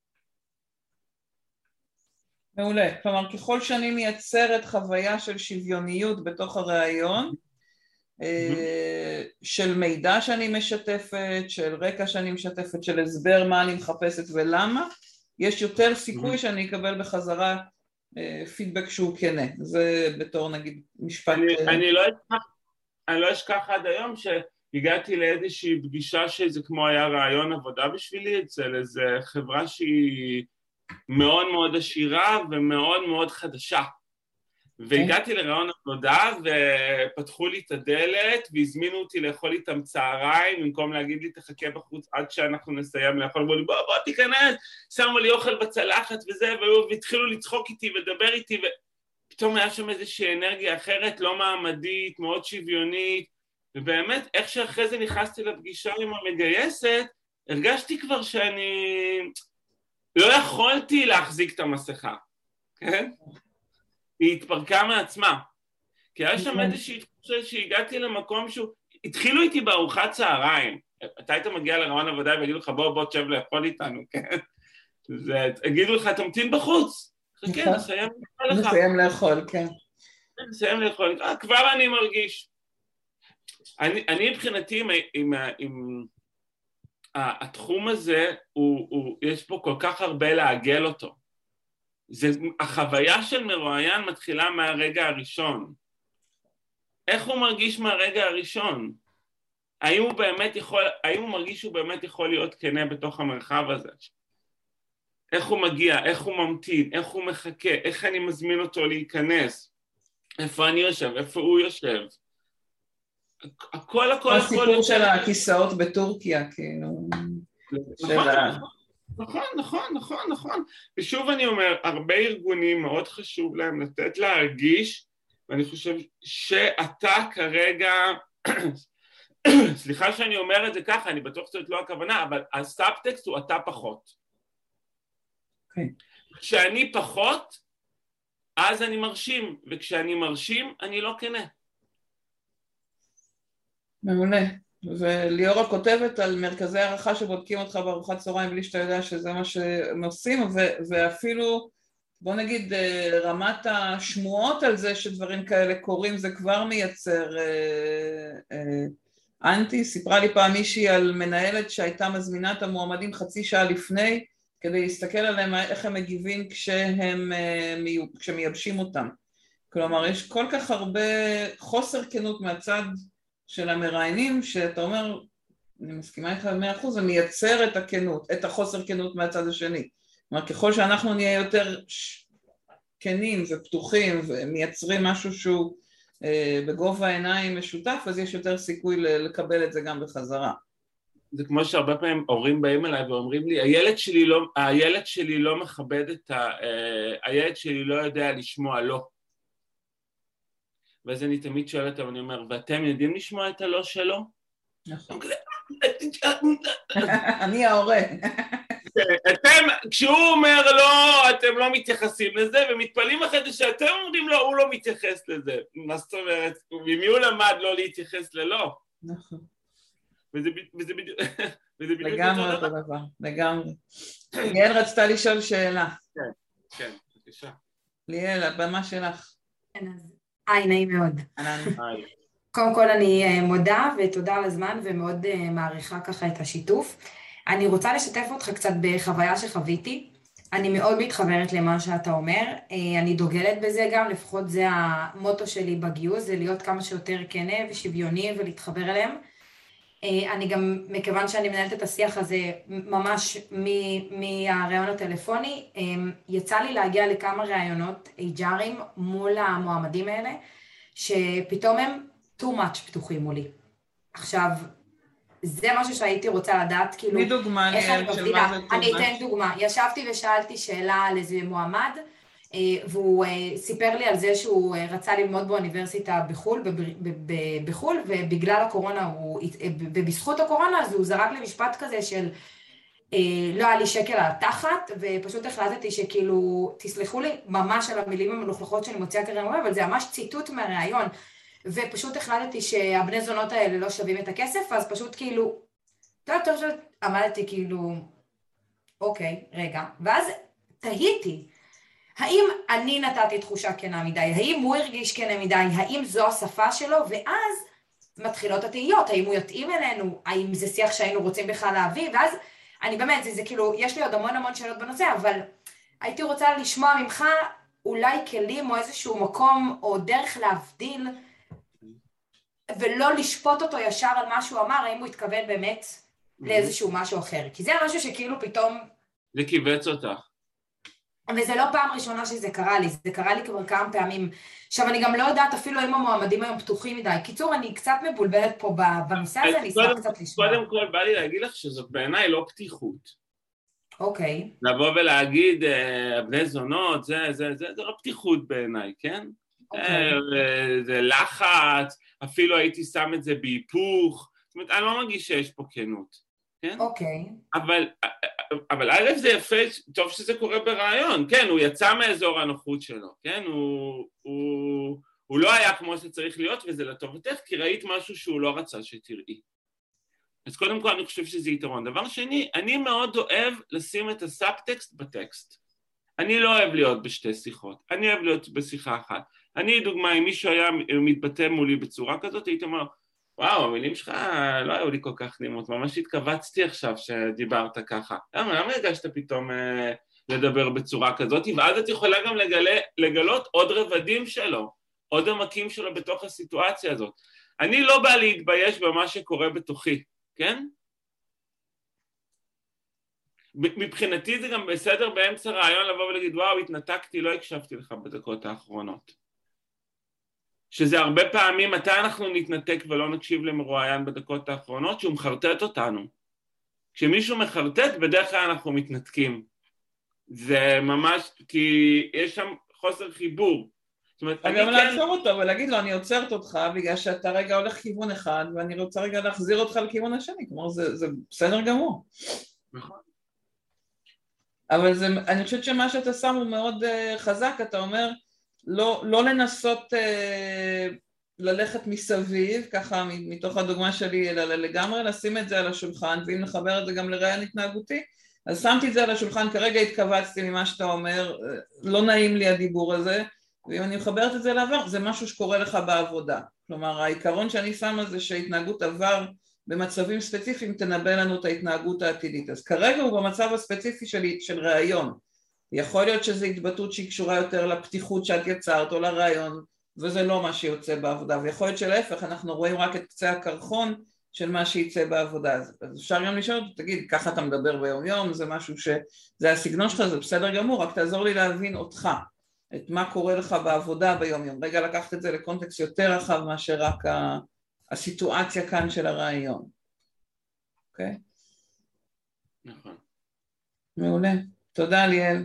מעולה, כלומר ככל שאני מייצרת חוויה של שוויוניות בתוך הרעיון, של מידע שאני משתפת, של רקע שאני משתפת, של הסבר מה אני מחפשת ולמה, יש יותר סיכוי שאני אקבל בחזרה פידבק שהוא כנה. זה בתור נגיד משפט... אני לא אשכח עד היום שהגעתי לאיזושהי פגישה שזה כמו היה רעיון עבודה בשבילי, אצל איזו חברה שהיא מאוד מאוד עשירה ומאוד מאוד חדשה. והגעתי לרעיון עבודה, ופתחו לי את הדלת, והזמינו אותי לאכול איתם צהריים, במקום להגיד לי, תחכה בחוץ עד שאנחנו נסיים לאכול, אמרו לי, בוא תיכנס, שמו לי אוכל בצלחת וזה, והתחילו לצחוק איתי ודבר איתי, ופתאום היה שם איזושהי אנרגיה אחרת, לא מעמדית, מאוד שוויונית, ובאמת, איך שאחרי זה נכנסתי לפגישה עם המגייסת, הרגשתי כבר שאני לא יכולתי להחזיק את המסכה, כן? היא התפרקה מעצמה, כי היה שם איזושהי תחושה שהגעתי למקום שהוא, התחילו איתי בארוחת צהריים, אתה היית מגיע לרעיון עבודה ויגידו לך בוא תשב לאכול איתנו, כן? הגידו לך תמתין בחוץ, כן, נסיים לאכול, כן. נסיים לאכול, כבר אני מרגיש. אני מבחינתי עם התחום הזה, יש פה כל כך הרבה לעגל אותו. החוויה של מרואיין מתחילה מהרגע הראשון. איך הוא מרגיש מהרגע הראשון? האם הוא מרגיש שהוא באמת יכול להיות כנה בתוך המרחב הזה? איך הוא מגיע, איך הוא ממתין, איך הוא מחכה, איך אני מזמין אותו להיכנס, איפה אני יושב, איפה הוא יושב. הכל. הסיפור של הכיסאות בטורקיה, כאילו. נכון. ושוב אני אומר, הרבה ארגונים מאוד חשוב להם לתת להרגיש, ואני חושב שאתה כרגע, סליחה שאני אומר את זה ככה, אני בטוח שזאת לא הכוונה, אבל הסאבטקסט הוא אתה פחות. כשאני פחות, אז אני מרשים, וכשאני מרשים, אני לא כנה. מעולה. וליאורה כותבת על מרכזי הערכה שבודקים אותך בארוחת צהריים בלי שאתה יודע שזה מה שהם עושים, ואפילו בוא נגיד רמת השמועות על זה שדברים כאלה קורים, זה כבר מייצר אנטי. סיפרה לי פעם מישהי על מנהלת שהייתה מזמינה את המועמדים חצי שעה לפני כדי להסתכל עליהם איך הם מגיבים כשמייבשים אותם. כלומר יש כל כך הרבה חוסר כנות מהצד של המראיינים, שאתה אומר, אני מסכימה איתך ב100%, זה מייצר את הכנות, את החוסר כנות מהצד השני. כלומר, ככל שאנחנו נהיה יותר כנים ופתוחים ומייצרים משהו שהוא בגובה העיניים משותף, אז יש יותר סיכוי לקבל את זה גם בחזרה. זה כמו שהרבה פעמים הורים באים אליי ואומרים לי, הילד שלי לא מכבד הילד שלי לא יודע לשמוע לא. ואז אני תמיד שואלת, אבל אני אומר, ואתם יודעים לשמוע את הלא שלו? נכון. אני ההורה. כשהוא אומר לא, אתם לא מתייחסים לזה, ומתפעלים אחרי זה שאתם אומרים לו, הוא לא מתייחס לזה. מה זאת אומרת? ממי הוא למד לא להתייחס ללא? נכון. וזה בדיוק... לגמרי אותו דבר, לגמרי. ליאל רצתה לשאול שאלה. כן, בבקשה. ליאל, הבמה שלך. כן, אז... נעים מאוד. היי. קודם כל אני מודה ותודה על הזמן ומאוד מעריכה ככה את השיתוף. אני רוצה לשתף אותך קצת בחוויה שחוויתי. אני מאוד מתחברת למה שאתה אומר. אני דוגלת בזה גם, לפחות זה המוטו שלי בגיוס, זה להיות כמה שיותר כנה ושוויוני ולהתחבר אליהם. אני גם, מכיוון שאני מנהלת את השיח הזה ממש מהרעיון הטלפוני, יצא לי להגיע לכמה רעיונות HR'ים מול המועמדים האלה, שפתאום הם too much פתוחים מולי. עכשיו, זה משהו שהייתי רוצה לדעת, כאילו... מי דוגמה ליאל של מה זה too much? אני אתן דוגמה. ישבתי ושאלתי שאלה על איזה מועמד, והוא סיפר לי על זה שהוא רצה ללמוד באוניברסיטה בחול, ובגלל הקורונה, ובזכות הקורונה, אז הוא זרק לי משפט כזה של לא היה לי שקל על התחת, ופשוט החלטתי שכאילו, תסלחו לי ממש על המילים המלוכלכות שאני מוציאה כרגע, אבל זה ממש ציטוט מהראיון, ופשוט החלטתי שהבני זונות האלה לא שווים את הכסף, אז פשוט כאילו, טוב, עמדתי כאילו, אוקיי, רגע, ואז תהיתי, האם אני נתתי תחושה כנה מדי, האם הוא הרגיש כנה מדי, האם זו השפה שלו, ואז מתחילות התהיות, האם הוא יתאים אלינו, האם זה שיח שהיינו רוצים בכלל להביא, ואז אני באמת, זה כאילו, יש לי עוד המון שאלות בנושא, אבל הייתי רוצה לשמוע ממך אולי כלים או איזשהו מקום או דרך להבדיל, ולא לשפוט אותו ישר על מה שהוא אמר, האם הוא התכוון באמת לאיזשהו משהו אחר, כי זה משהו שכאילו פתאום... זה קיבץ אותך. וזה לא פעם ראשונה שזה קרה לי, זה קרה לי כבר כמה פעמים. עכשיו, אני גם לא יודעת אפילו אם המועמדים היום פתוחים מדי. קיצור, אני קצת מבולבלת פה בנושא הזה, אני אשמח קצת לשמוע. קודם כל, בא לי להגיד לך שזאת בעיניי לא פתיחות. אוקיי. לבוא ולהגיד, בני זונות, זה לא פתיחות בעיניי, כן? זה לחץ, אפילו הייתי שם את זה בהיפוך, זאת אומרת, אני לא מרגיש שיש פה כנות, כן? אוקיי. אבל א' זה יפה, טוב שזה קורה ברעיון, כן, הוא יצא מאזור הנוחות שלו, כן? הוא לא היה כמו שצריך להיות, וזה לטובתך, כי ראית משהו שהוא לא רצה שתראי. אז קודם כל אני חושב שזה יתרון. דבר שני, אני מאוד אוהב לשים את הסאבטקסט בטקסט. אני לא אוהב להיות בשתי שיחות, אני אוהב להיות בשיחה אחת. אני, דוגמה, אם מישהו היה מתבטא מולי בצורה כזאת, הייתי אומר, וואו, המילים שלך לא היו לי כל כך נעימות, ממש התכווצתי עכשיו שדיברת ככה. למה הרגשת פתאום לדבר בצורה כזאת? ואז את יכולה גם לגלות עוד רבדים שלו, עוד עמקים שלו בתוך הסיטואציה הזאת. אני לא בא להתבייש במה שקורה בתוכי, כן? מבחינתי זה גם בסדר באמצע רעיון לבוא ולהגיד, וואו, התנתקתי, לא הקשבתי לך בדקות האחרונות. שזה הרבה פעמים, מתי אנחנו נתנתק ולא נקשיב למרואיין בדקות האחרונות? שהוא מחרטט אותנו. כשמישהו מחרטט, בדרך כלל אנחנו מתנתקים. זה ממש, כי יש שם חוסר חיבור. זאת אומרת, אני גם לעצור אותו ולהגיד לו, אני עוצרת אותך בגלל שאתה רגע הולך כיוון אחד, ואני רוצה רגע להחזיר אותך לכיוון השני. כלומר, זה בסדר גמור. נכון. אבל אני חושבת שמה שאתה שם הוא מאוד חזק, אתה אומר, לא לנסות ללכת מסביב, ככה מתוך הדוגמה שלי, אלא לגמרי לשים את זה על השולחן, ואם נחבר את זה גם לרעיון התנהגותי, אז שמתי את זה על השולחן, כרגע התכווצתי ממה שאתה אומר, לא נעים לי הדיבור הזה, ואם אני מחברת את זה לעבר, זה משהו שקורה לך בעבודה. כלומר, העיקרון שאני שמה זה שהתנהגות עבר במצבים ספציפיים תנבא לנו את ההתנהגות העתידית. אז כרגע הוא במצב הספציפי של רעיון. יכול להיות שזו התבטאות שהיא קשורה יותר לפתיחות שאת יצרת או לרעיון, וזה לא מה שיוצא בעבודה. ויכול להיות שלהפך, אנחנו רואים רק את קצה הקרחון של מה שיצא בעבודה. אז אפשר גם לשאול, תגיד, ככה אתה מדבר ביום יום, זה משהו זה הסגנון שלך, זה בסדר גמור, רק תעזור לי להבין אותך, את מה קורה לך בעבודה ביום יום. רגע לקחת את זה לקונטקסט יותר רחב מאשר רק הסיטואציה כאן של הרעיון. אוקיי? נכון. מעולה. תודה, ליאל.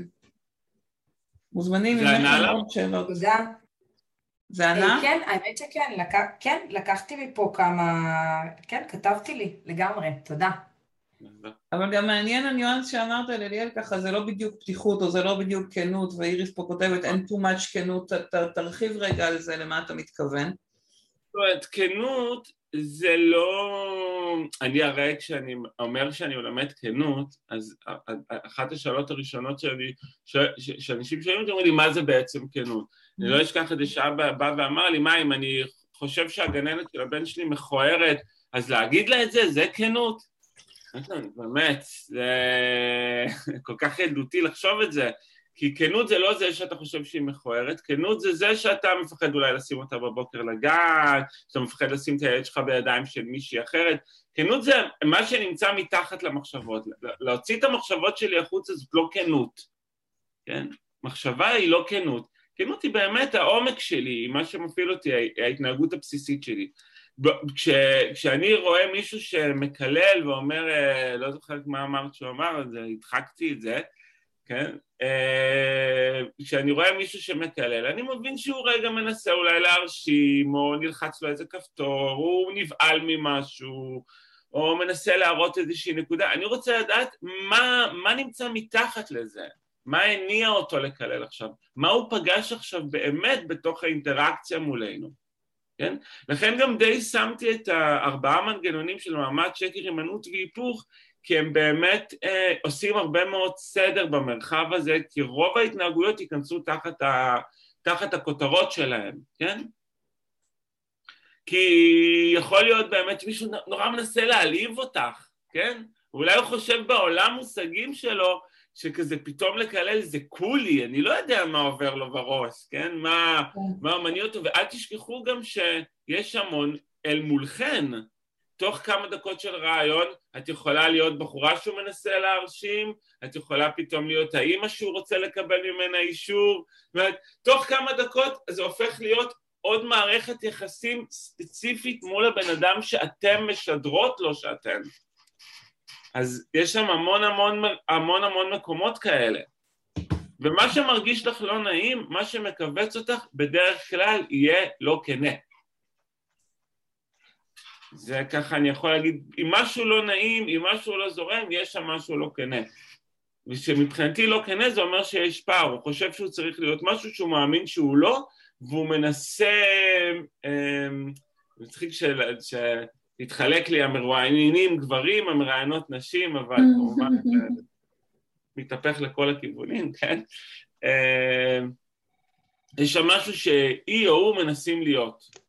מוזמנים. זה ענה לה? תודה. זה ענה? כן, האמת שכן, כן, לקחתי מפה כמה, כן, כתבתי לי לגמרי, תודה. אבל גם מעניין הניואנס שאמרת לליאל ככה, זה לא בדיוק פתיחות או זה לא בדיוק כנות, ואיריס פה כותבת אין too much כנות, תרחיב רגע על זה, למה אתה מתכוון? זאת אומרת, כנות זה לא... אני הרי כשאני אומר שאני מלמד כנות, אז אחת השאלות הראשונות שאנשים שואלים אומרים לי, מה זה בעצם כנות? אני לא אשכח את זה שאבא בא ואמר לי, מה אם אני חושב שהגננת של הבן שלי מכוערת, אז להגיד לה את זה, זה כנות? באמת, זה כל כך ילדותי לחשוב את זה, כי כנות זה לא זה שאתה חושב שהיא מכוערת, כנות זה זה שאתה מפחד אולי לשים אותה בבוקר לגן, שאתה מפחד לשים את הילד שלך בידיים של מישהי אחרת, כנות זה מה שנמצא מתחת למחשבות, להוציא את המחשבות שלי החוצה זאת לא כנות, כן? מחשבה היא לא כנות, כנות היא באמת העומק שלי, מה שמפעיל אותי, ההתנהגות הבסיסית שלי. כשאני רואה מישהו שמקלל ואומר, לא זוכר מה אמרת שהוא אמר, הדחקתי את זה, כן? כשאני רואה מישהו שמקלל, אני מבין שהוא רגע מנסה אולי להרשים, או נלחץ לו איזה כפתור, הוא נבעל ממשהו, או מנסה להראות איזושהי נקודה. אני רוצה לדעת מה נמצא מתחת לזה, מה הניע אותו לקלל עכשיו, מה הוא פגש עכשיו באמת בתוך האינטראקציה מולנו. כן? לכן גם די שמתי את 4 מנגנונים של מאמץ, שקר, הימנעות והיפוך, כי הם באמת עושים הרבה מאוד סדר במרחב הזה, כי רוב ההתנהגויות ייכנסו תחת הכותרות שלהם, כן? כי יכול להיות באמת מישהו נורא מנסה להעליב אותך, כן? אולי הוא חושב בעולם מושגים שלו, שכזה פתאום לקלל זה קולי, אני לא יודע מה עובר לו בראש, כן? מה מניע אותו, ואל תשכחו גם שיש המון אל מולכן, תוך כמה דקות של רעיון, את יכולה להיות בחורה שהוא מנסה להרשים, את יכולה פתאום להיות האמא שהוא רוצה לקבל ממנה אישור, תוך כמה דקות זה הופך להיות עוד מערכת יחסים ספציפית מול הבן אדם שאתם משדרות לו שאתם. אז יש שם המון מקומות כאלה. ומה שמרגיש לך לא נעים, מה שמקבץ אותך בדרך כלל יהיה לא כנה. זה ככה אני יכול להגיד, אם משהו לא נעים, אם משהו לא זורם, יש שם משהו לא כנה. ושמבחינתי לא כנה זה אומר שיש פער, הוא חושב שהוא צריך להיות משהו שהוא מאמין שהוא לא, והוא מנסה, מצחיק להתחלק לי המרואיינים גברים, המראיינות נשים, אבל כמובן מתהפך לכל הכיוונים, כן? יש שם משהו שהיא או הוא מנסים להיות.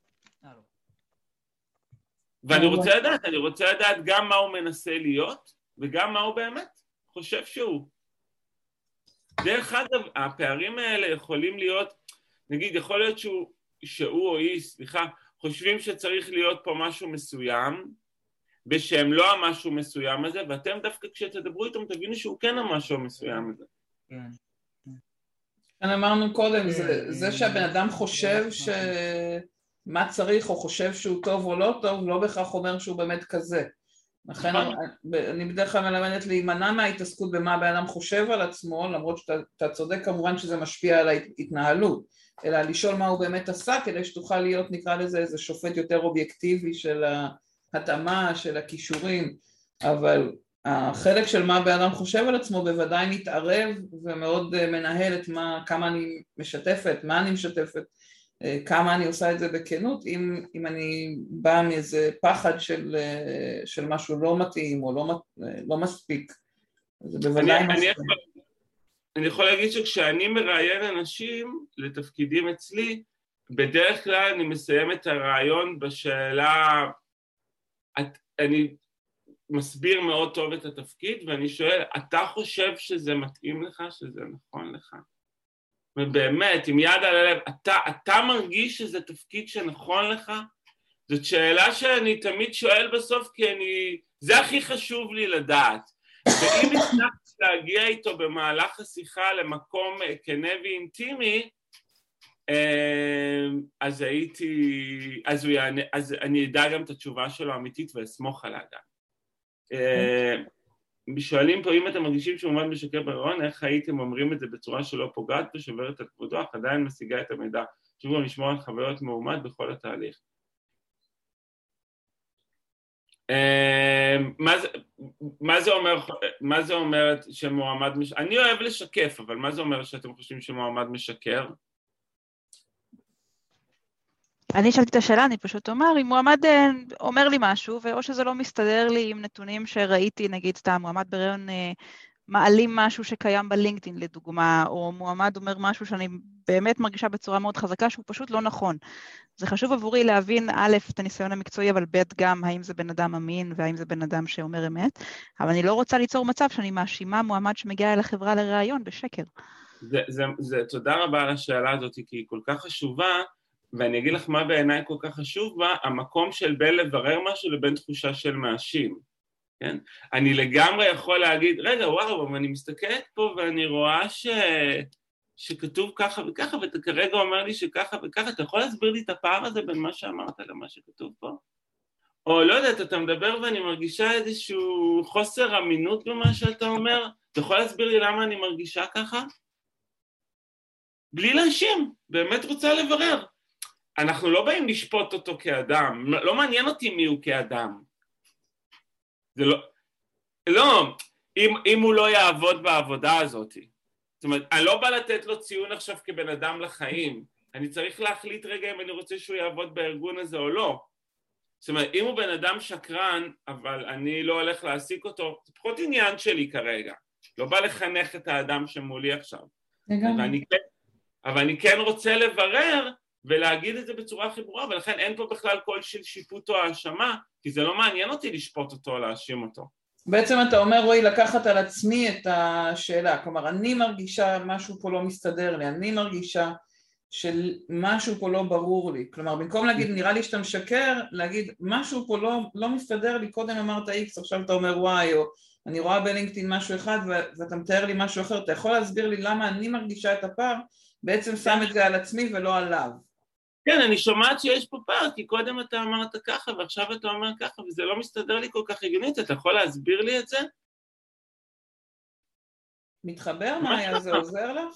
ואני רוצה לדעת גם מה הוא מנסה להיות, וגם מה הוא באמת חושב שהוא. דרך אגב, הפערים האלה יכולים להיות, נגיד, יכול להיות שהוא או היא, חושבים שצריך להיות פה משהו מסוים, בשם לא המשהו מסוים הזה, ואתם דווקא כשתדברו איתם תבינו שהוא כן המשהו המסוים הזה. כן. אמרנו קודם, זה שהבן אדם חושב מה צריך או חושב שהוא טוב או לא טוב, לא בכך אומר שהוא באמת כזה. לכן אני בדרך כלל מלמדת להימנע מההתעסקות במה הבן אדם חושב על עצמו, למרות שאתה צודק כמובן שזה משפיע על ההתנהלות, אלא לשאול מה הוא באמת עשה, כדי שתוכל להיות, נקרא לזה, איזה שופט יותר אובייקטיבי של ההתאמה, של הכישורים, אבל החלק של מה הבן אדם חושב על עצמו בוודאי מתערב ומאוד מנהל את כמה אני משתפת, מה אני משתפת, כמה אני עושה את זה בכנות, אם אני באה מאיזה פחד של משהו לא מתאים או לא מספיק, זה בוודאי מספיק. אני יכול להגיד שכשאני מראיין אנשים לתפקידים אצלי, בדרך כלל אני מסיים את הרעיון בשאלה, אני מסביר מאוד טוב את התפקיד, ואני שואל, אתה חושב שזה מתאים לך, שזה נכון לך? ובאמת, עם יד על הלב, אתה מרגיש שזה תפקיד שנכון לך? זאת שאלה שאני תמיד שואל בסוף, כי זה הכי חשוב לי לדעת. ואם הצלחתי להגיע איתו במהלך השיחה למקום כנה ואינטימי, אז אני אדע גם את התשובה שלו האמיתית ואסמוך על האדם. שואלים פה אם אתם מרגישים שמועמד משקר בהיריון, איך הייתם אומרים את זה בצורה שלא פוגעת ושוברת את כבודו, אך עדיין משיגה את המידע. שוב לשמור על חוויות מועמד בכל התהליך. מה זה אומר שמועמד משקר? אני אוהב לשקף, אבל מה זה אומר שאתם חושבים שמועמד משקר? אני שאלתי את השאלה, אני פשוט אומר, אם מועמד אומר לי משהו, ואו שזה לא מסתדר לי עם נתונים שראיתי, נגיד סתם, מועמד בהיריון מעלים משהו שקיים בלינקדאין לדוגמה, או מועמד אומר משהו שאני באמת מרגישה בצורה מאוד חזקה, שהוא פשוט לא נכון. זה חשוב עבורי להבין א', את הניסיון המקצועי, אבל ב', גם האם זה בן אדם אמין, והאם זה בן אדם שאומר אמת, אבל אני לא רוצה ליצור מצב שאני מאשימה מועמד שמגיע אל החברה לראיון בשקר. תודה רבה על השאלה הזאת, כי היא כל כך חשובה, ואני אגיד לך מה בעיניי כל כך חשוב בה, המקום של בין לברר משהו לבין תחושה של מאשים, כן? אני לגמרי יכול להגיד, רגע, וואו, אבל אני מסתכלת פה ואני רואה שכתוב ככה וככה, ואתה כרגע אומר לי שככה וככה, אתה יכול להסביר לי את הפער הזה בין מה שאמרת למה שכתוב פה? או לא יודעת, אתה מדבר ואני מרגישה איזשהו חוסר אמינות במה שאתה אומר, אתה יכול להסביר לי למה אני מרגישה ככה? בלי להאשים, באמת רוצה לברר. אנחנו לא באים לשפוט אותו כאדם, לא מעניין אותי מי הוא כאדם. זה לא, אם הוא לא יעבוד בעבודה הזאת. זאת אומרת, אני לא בא לתת לו ציון עכשיו כבן אדם לחיים, אני צריך להחליט רגע אם אני רוצה שהוא יעבוד בארגון הזה או לא. זאת אומרת, אם הוא בן אדם שקרן, אבל אני לא הולך להעסיק אותו, זה פחות עניין שלי כרגע. לא בא לחנך את האדם שמולי עכשיו. אבל אני כן רוצה לברר, ולהגיד את זה בצורה הכי ברורה, ולכן אין פה בכלל קול של שיפוט או האשמה, כי זה לא מעניין אותי לשפוט אותו או להאשים אותו. בעצם אתה אומר, רואי, לקחת על עצמי את השאלה, כלומר, אני מרגישה משהו פה לא מסתדר לי, אני מרגישה של משהו פה לא ברור לי, כלומר במקום להגיד נראה לי שאתה משקר, להגיד משהו פה לא מסתדר לי, קודם אמרת X, עכשיו אתה אומר Y, או אני רואה בלינקדאין משהו אחד ואתה מתאר לי משהו אחר, אתה יכול להסביר לי למה אני מרגישה את הפער, בעצם שם את זה על עצמי ולא עליו. כן, אני שומעת שיש פה פער, כי קודם אתה אמרת ככה ועכשיו אתה אומר ככה, וזה לא מסתדר לי כל כך הגיונית, אתה יכול להסביר לי את זה? מתחבר מאיה, זה עוזר לך?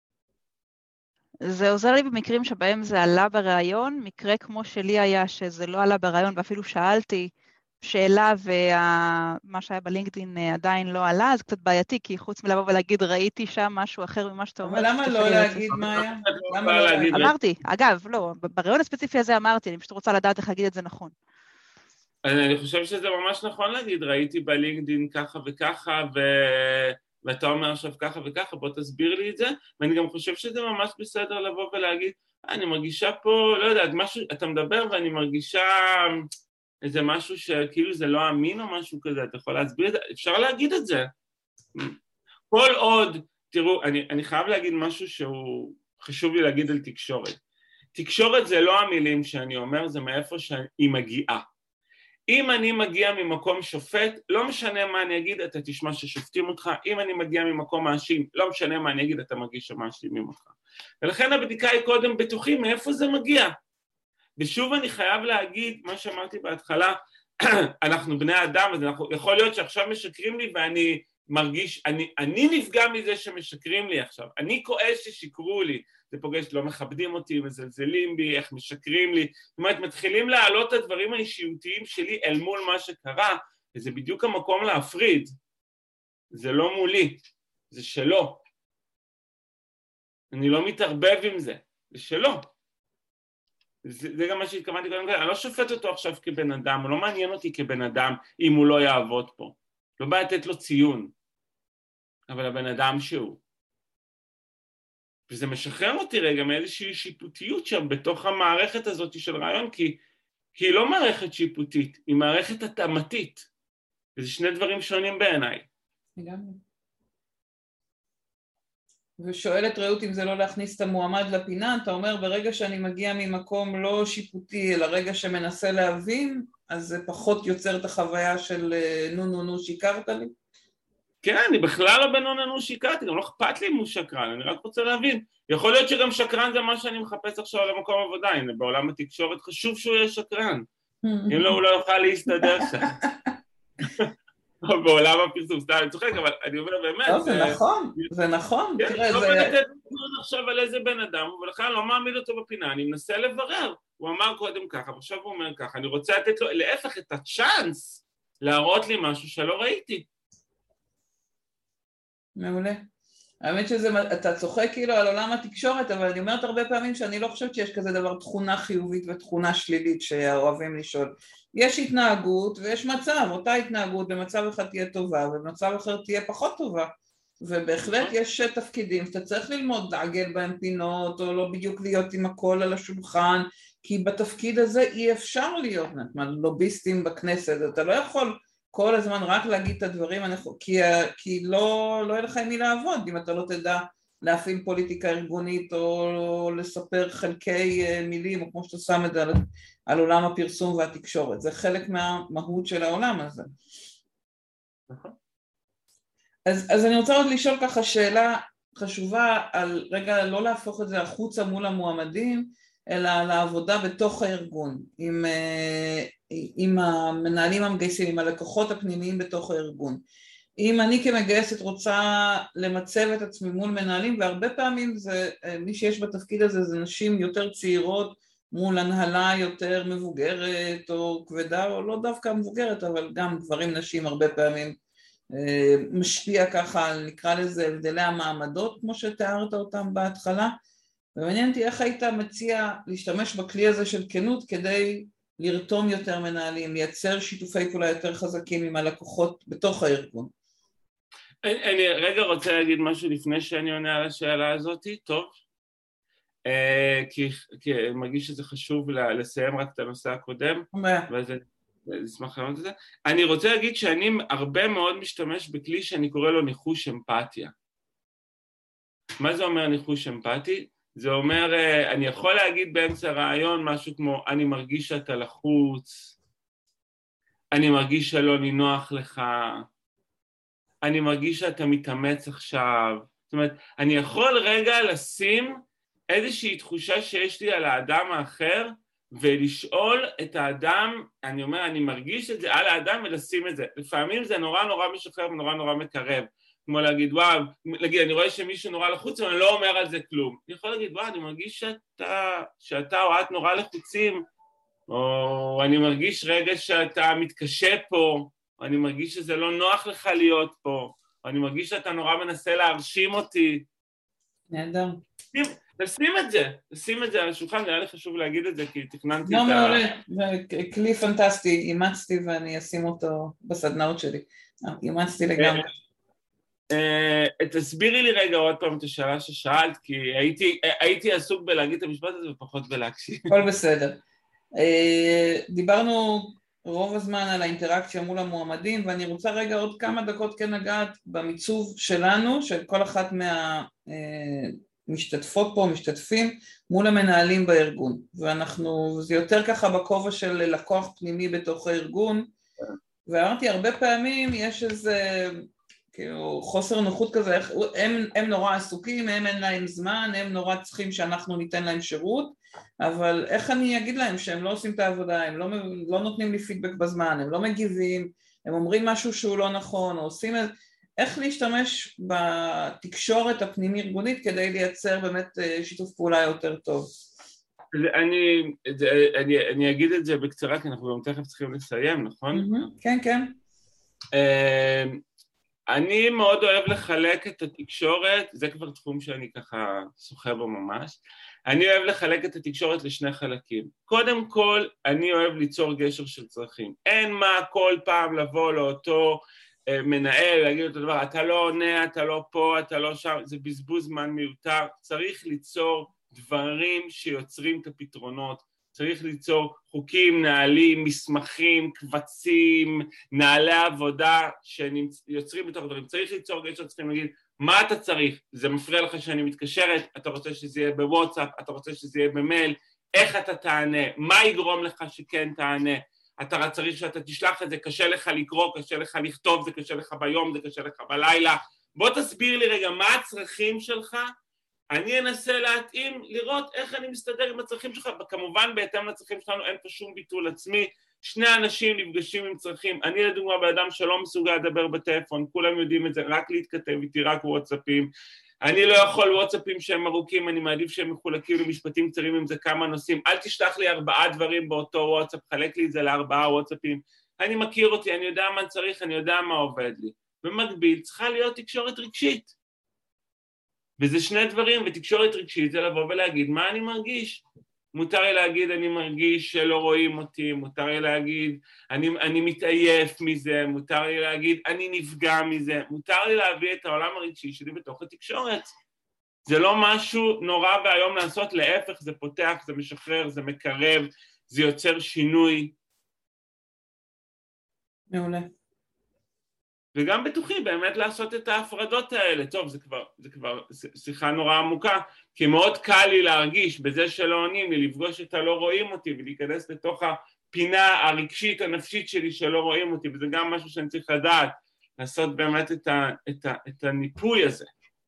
זה עוזר לי במקרים שבהם זה עלה בראיון, מקרה כמו שלי היה שזה לא עלה בראיון ואפילו שאלתי שאלה ומה שהיה בלינקדאין עדיין לא עלה, אז קצת בעייתי, כי חוץ מלבוא ולהגיד ראיתי שם משהו אחר ממה שאתה אומר. אבל למה לא להגיד מאיה? למה לא להגיד? אמרתי, אגב, לא, בראיון הספציפי הזה אמרתי, אני פשוט רוצה לדעת איך להגיד את זה נכון. אני חושב שזה ממש נכון להגיד, ראיתי בלינקדאין ככה וככה ואתה אומר עכשיו ככה וככה, בוא תסביר לי את זה, ואני גם חושב שזה ממש בסדר לבוא ולהגיד, אני מרגישה פה, לא יודעת, משהו, אתה מדבר ואני מרגישה איזה משהו שכאילו זה לא אמין או משהו כזה, אתה יכול להסביר את זה, אפשר להגיד את זה. כל עוד, תראו, אני חייב להגיד משהו שהוא חשוב לי להגיד על תקשורת. תקשורת זה לא המילים שאני אומר, זה מאיפה שהיא מגיעה. אם אני מגיע ממקום שופט, לא משנה מה אני אגיד, אתה תשמע ששופטים אותך, אם אני מגיע ממקום מאשים, לא משנה מה אני אגיד, אתה מרגיש שמאשימים אותך. ולכן הבדיקה היא קודם בטוחים מאיפה זה מגיע. ושוב אני חייב להגיד, מה שאמרתי בהתחלה, אנחנו בני אדם, אז יכול להיות שעכשיו משקרים לי ואני מרגיש, אני נפגע מזה שמשקרים לי עכשיו, אני כועס ששיקרו לי, זה פוגש, לא מכבדים אותי, מזלזלים בי, איך משקרים לי, זאת אומרת, מתחילים להעלות את הדברים האישיותיים שלי אל מול מה שקרה, וזה בדיוק המקום להפריד, זה לא מולי, זה שלו, אני לא מתערבב עם זה, זה שלו. זה גם מה שהתכוונתי קודם, אני לא שופט אותו עכשיו כבן אדם, הוא לא מעניין אותי כבן אדם אם הוא לא יעבוד פה, לא בא לתת לו ציון, אבל הבן אדם שהוא. וזה משחרר אותי רגע מאיזושהי שיפוטיות שם בתוך המערכת הזאת של רעיון, כי היא לא מערכת שיפוטית, היא מערכת התאמתית, וזה שני דברים שונים בעיניי. ושואלת רעות אם זה לא להכניס את המועמד לפינה, אתה אומר ברגע שאני מגיע ממקום לא שיפוטי, אלא רגע שמנסה להבין, אז זה פחות יוצר את החוויה של נו שיקרת לי? כן, אני בכלל לא בנו שיקרתי, גם לא אכפת לי אם הוא שקרן, אני רק רוצה להבין. יכול להיות שגם שקרן זה מה שאני מחפש עכשיו למקום עבודה, הנה בעולם התקשורת חשוב שהוא יהיה שקרן, אם לא הוא לא יוכל להסתדר שם. בעולם הפרסום, סתם, אני צוחק, אבל אני אומר באמת... זה נכון, תראה, לא בנתת עכשיו על איזה בן אדם, ולכן לא מעמיד אותו בפינה, אני מנסה לברר, הוא אמר קודם ככה, ועכשיו הוא אומר ככה, אני רוצה לתת לו, להפך את הצ'אנס, להראות לי משהו שלא ראיתי. מעולה. האמת אתה צוחק כאילו על עולם התקשורת, אבל אני אומרת הרבה פעמים שאני לא חושבת שיש כזה דבר תכונה חיובית ותכונה שלילית שאוהבים לשאול. יש התנהגות ויש מצב, אותה התנהגות במצב אחד תהיה טובה ובמצב אחר תהיה פחות טובה, ובהחלט יש תפקידים שאתה צריך ללמוד לעגל בהם פינות או לא בדיוק להיות עם הכל על השולחן, כי בתפקיד הזה אי אפשר להיות לוביסטים בכנסת, אתה לא יכול כל הזמן רק להגיד את הדברים, כי לא יהיה לך עם מי לעבוד אם אתה לא תדע להפעיל פוליטיקה ארגונית או לספר חלקי מילים, או כמו שאתה שם את זה על עולם הפרסום והתקשורת, זה חלק מהמהות של העולם הזה. אז אני רוצה עוד לשאול ככה שאלה חשובה על רגע לא להפוך את זה החוצה מול המועמדים, אלא לעבודה בתוך הארגון, עם המנהלים המגייסים, עם הלקוחות הפנימיים בתוך הארגון. אם אני כמגייסת רוצה למצב את עצמי מול מנהלים, והרבה פעמים מי שיש בתפקיד הזה זה נשים יותר צעירות מול הנהלה יותר מבוגרת או כבדה, או לא דווקא מבוגרת, אבל גם גברים נשים הרבה פעמים משפיע ככה, נקרא לזה הבדלי המעמדות, כמו שתיארת אותם בהתחלה, ומעניין אותי איך היית מציע להשתמש בכלי הזה של כנות כדי לרתום יותר מנהלים, לייצר שיתופי פעולה יותר חזקים עם הלקוחות בתוך הארגון. אני רגע רוצה להגיד משהו לפני שאני עונה על השאלה הזאת, טוב? כי אני מרגיש שזה חשוב לסיים רק את הנושא הקודם, ואז אני אשמח לענות את זה. אני רוצה להגיד שאני הרבה מאוד משתמש בכלי שאני קורא לו ניחוש אמפתיה. מה זה אומר ניחוש אמפתי? זה אומר, אני יכול להגיד באמצע רעיון משהו כמו, אני מרגיש שאתה לחוץ, אני מרגיש שלא נינוח לך, אני מרגיש שאתה מתאמץ עכשיו. זאת אומרת, אני יכול רגע לשים איזושהי תחושה שיש לי על האדם האחר, ולשאול את האדם, אני אומר, אני מרגיש את זה על האדם ולשים את זה. לפעמים זה נורא נורא משחרר ונורא נורא מקרב. כמו להגיד, וואו, להגיד, אני רואה שמישהו נורא לחוץ, אבל אני לא אומר על זה כלום. אני יכול להגיד, וואו, אני מרגיש שאתה או את נורא לחוצים, או אני מרגיש רגע שאתה מתקשה פה, או אני מרגיש שזה לא נוח לך להיות פה, או אני מרגיש שאתה נורא מנסה להרשים אותי. נהדר. לשים את זה על השולחן, זה היה לי חשוב להגיד את זה, כי תכננתי לא מעולה, זה כלי פנטסטי, אימצתי ואני אשים אותו בסדנאות שלי. אימצתי לגמרי. תסבירי לי רגע עוד פעם את השאלה ששאלת, כי הייתי עסוק בלהגיד את המשפט הזה ופחות בלהקשיב. הכל בסדר. דיברנו רוב הזמן על האינטראקציה מול המועמדים, ואני רוצה רגע עוד כמה דקות כן לגעת במיצוב שלנו, של כל אחת מהמשתתפות פה, משתתפים, מול המנהלים בארגון. זה יותר ככה בכובע של לקוח פנימי בתוך הארגון, ואמרתי, הרבה פעמים יש איזה כאילו חוסר נוחות כזה, הם נורא עסוקים, אין להם זמן, הם נורא צריכים שאנחנו ניתן להם שירות, אבל איך אני אגיד להם שהם לא עושים את העבודה, הם לא נותנים לי פידבק בזמן, הם לא מגיבים, הם אומרים משהו שהוא לא נכון, או עושים איך להשתמש בתקשורת הפנימי ארגונית כדי לייצר באמת שיתוף פעולה יותר טוב. אני אגיד את זה בקצרה, כי אנחנו גם תכף צריכים לסיים, נכון? כן, כן. אני מאוד אוהב לחלק את התקשורת, זה כבר תחום שאני ככה שוחה בו ממש, אני אוהב לחלק את התקשורת לשני חלקים. קודם כל, אני אוהב ליצור גשר של צרכים. אין מה כל פעם לבוא לאותו מנהל, להגיד אותו דבר, אתה לא עונה, אתה לא פה, אתה לא שם, זה בזבוז זמן מיותר. צריך ליצור דברים שיוצרים את הפתרונות. צריך ליצור חוקים, נהלים, מסמכים, קבצים, נהלי עבודה שיוצרים בתוך דברים. צריך ליצור גשר, צריכים להגיד, מה אתה צריך? זה מפריע לך שאני מתקשרת, אתה רוצה שזה יהיה בוואטסאפ, אתה רוצה שזה יהיה במייל, איך אתה תענה, מה יגרום לך שכן תענה, אתה צריך שאתה תשלח את זה, קשה לך לקרוא, קשה לך לכתוב, זה קשה לך ביום, זה קשה לך בלילה, בוא תסביר לי רגע מה הצרכים שלך, אני אנסה להתאים, לראות איך אני מסתדר עם הצרכים שלך, כמובן בהתאם לצרכים שלנו אין פה שום ביטול עצמי, שני אנשים נפגשים עם צרכים, אני לדוגמה באדם שלא מסוגל לדבר בטלפון, כולם יודעים את זה, רק להתכתב איתי, רק וואטסאפים, אני לא יכול וואטסאפים שהם ארוכים, אני מעדיף שהם מחולקים למשפטים קצרים עם זה כמה נושאים, אל תשלח לי 4 דברים באותו וואטסאפ, חלק לי את זה ל4 וואטסאפים, אני מכיר אותי, אני יודע מה צריך, אני יודע מה עובד לי, במקביל צריכה להיות תקשורת רגשית, וזה שני דברים, ותקשורת רגשית זה לבוא ולהגיד מה אני מרגיש, מותר לי להגיד אני מרגיש שלא רואים אותי, מותר לי להגיד אני מתעייף מזה, מותר לי להגיד אני נפגע מזה, מותר לי להביא את העולם הרגשי שלי בתוך התקשורת. זה לא משהו נורא והיום לעשות, להפך, זה פותח, זה משחרר, זה מקרב, זה יוצר שינוי. מעולה. וגם בטוחי באמת לעשות את ההפרדות האלה. טוב, זה כבר שיחה נורא עמוקה, כי מאוד קל לי להרגיש בזה שלא עונים לי, לפגוש את הלא רואים אותי ולהיכנס לתוך הפינה הרגשית הנפשית שלי שלא רואים אותי, וזה גם משהו שאני צריך לדעת, לעשות באמת את הניפוי הזה.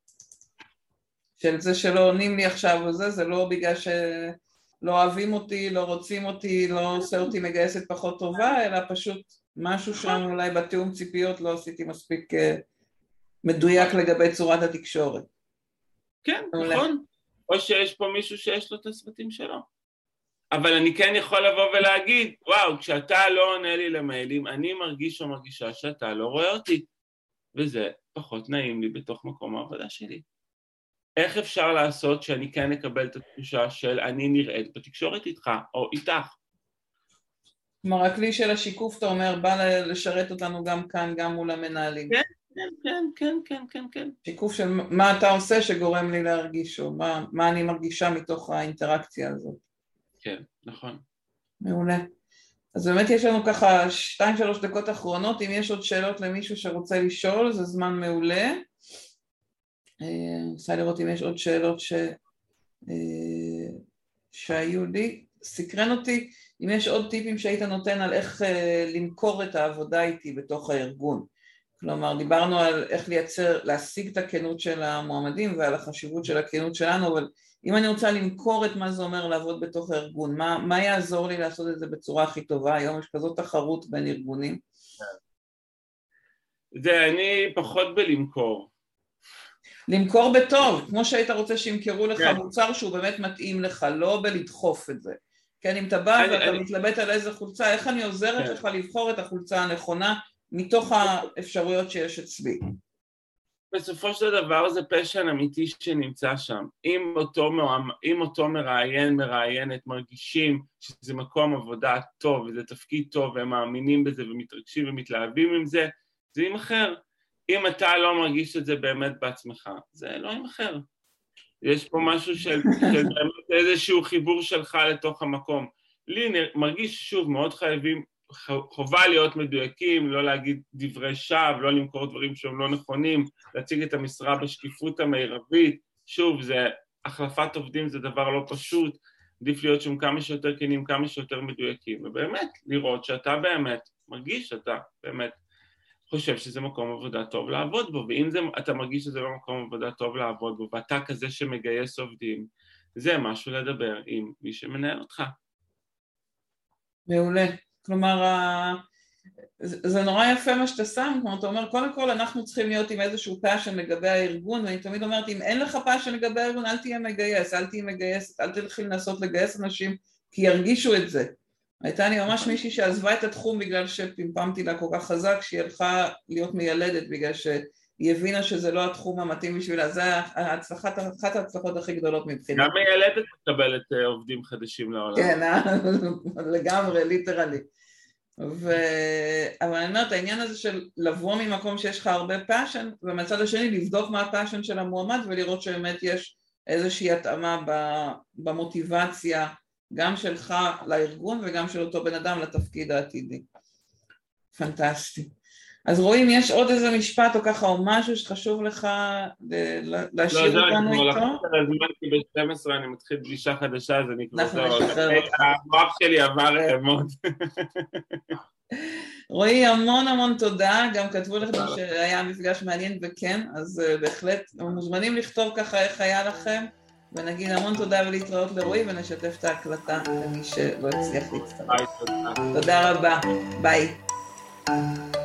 של זה שלא עונים לי עכשיו וזה, זה לא בגלל שלא אוהבים אותי, לא רוצים אותי, לא עושה אותי מגייסת פחות טובה, אלא פשוט משהו שם אולי בתיאום ציפיות לא עשיתי מספיק מדויק לגבי צורת התקשורת. כן, נכון. או שיש פה מישהו שיש לו את הסרטים שלו. אבל אני כן יכול לבוא ולהגיד, וואו, כשאתה לא עונה לי למיילים, אני מרגיש או מרגישה שאתה לא רואה אותי. וזה פחות נעים לי בתוך מקום העבודה שלי. איך אפשר לעשות שאני כן אקבל את התחושה של אני נראית בתקשורת איתך או איתך? כלומר, הכלי של השיקוף, אתה אומר, בא לשרת אותנו גם כאן, גם מול המנהלים. כן. שיקוף של מה אתה עושה שגורם לי להרגיש, או מה אני מרגישה מתוך האינטראקציה הזאת. כן, נכון. מעולה. אז באמת יש לנו ככה 2-3 דקות אחרונות, אם יש עוד שאלות למישהו שרוצה לשאול, זה זמן מעולה. אני רוצה לראות אם יש עוד שאלות שהיו לי. סקרן אותי אם יש עוד טיפים שהיית נותן על איך למכור את העבודה איתי בתוך הארגון. כלומר, דיברנו על איך להשיג את הכנות של המועמדים ועל החשיבות של הכנות שלנו, אבל אם אני רוצה למכור את מה זה אומר לעבוד בתוך הארגון, מה יעזור לי לעשות את זה בצורה הכי טובה? היום יש כזאת תחרות בין ארגונים. אני פחות בלמכור. למכור בטוב, כמו שהיית רוצה שימכרו לך מוצר שהוא באמת מתאים לך, לא בלדחוף את זה. כן, אם אתה בא ואתה מתלבט על איזה חולצה, איך אני עוזרת לך לבחור את החולצה הנכונה מתוך האפשרויות שיש אצלי? בסופו של דבר זה פשן אמיתי שנמצא שם. אם אותו מראיינת מרגישים שזה מקום עבודה טוב וזה תפקיד טוב והם מאמינים בזה ומתרגשים ומתלהבים עם זה, זה יימחר. אם אתה לא מרגיש את זה באמת בעצמך, זה לא יימחר. יש פה משהו של באמת איזשהו חיבור שלך לתוך המקום. לי מרגיש שוב מאוד חובה להיות מדויקים, לא להגיד דברי שווא, לא למכור דברים שהם לא נכונים, להציג את המשרה בשקיפות המרבית. שוב, זה החלפת עובדים, זה דבר לא פשוט, עדיף להיות שם כמה שיותר כנים, כמה שיותר מדויקים, ובאמת לראות שאתה באמת מרגיש שאתה באמת חושב שזה מקום עבודה טוב לעבוד בו, ואם אתה מרגיש שזה לא מקום עבודה טוב לעבוד בו, ואתה כזה שמגייס עובדים, זה משהו לדבר עם מי שמנהל אותך. מעולה. כלומר, זה נורא יפה מה שאתה שם, כלומר, אתה אומר, קודם כל אנחנו צריכים להיות עם איזשהו פאשן לגבי הארגון, ואני תמיד אומרת, אם אין לך פאשן לגבי הארגון, אל תהיה מגייס, אל תלכי לנסות לגייס אנשים, כי ירגישו את זה. הייתה לי ממש מישהי שעזבה את התחום בגלל שפימפמתי לה כל כך חזק, שהיא הלכה להיות מיילדת, בגלל שהיא הבינה שזה לא התחום המתאים בשבילה, זה אחת ההצלחות הכי גדולות מבחינה. גם מיילדת מקבלת עובדים חדשים לעולם. כן, לגמרי, ליטרלי. אבל אני אומרת, העניין הזה של לבוא ממקום שיש לך הרבה פאשן, ומצד השני לבדוק מה הפאשן של המועמד, ולראות שבאמת יש איזושהי התאמה במוטיבציה, גם שלך לארגון וגם של אותו בן אדם לתפקיד העתידי. פנטסטי. אז רואים, יש עוד איזה משפט או ככה, או משהו שחשוב לך להשאיר אותנו איתו? לא, הזמנתי ב-12, אני מתחיל פגישה חדשה, אז אני כבר המוח שלי עבר מאוד. רועי, המון המון תודה, גם כתבו לך שהיה מפגש מעניין וכן, אז בהחלט מוזמנים לכתוב ככה איך היה לכם, ונגיד המון תודה ולהתראות לרועי, ונשתף את ההקלטה למי שלא הצליח להצטרף. ביי, תודה. תודה רבה, ביי.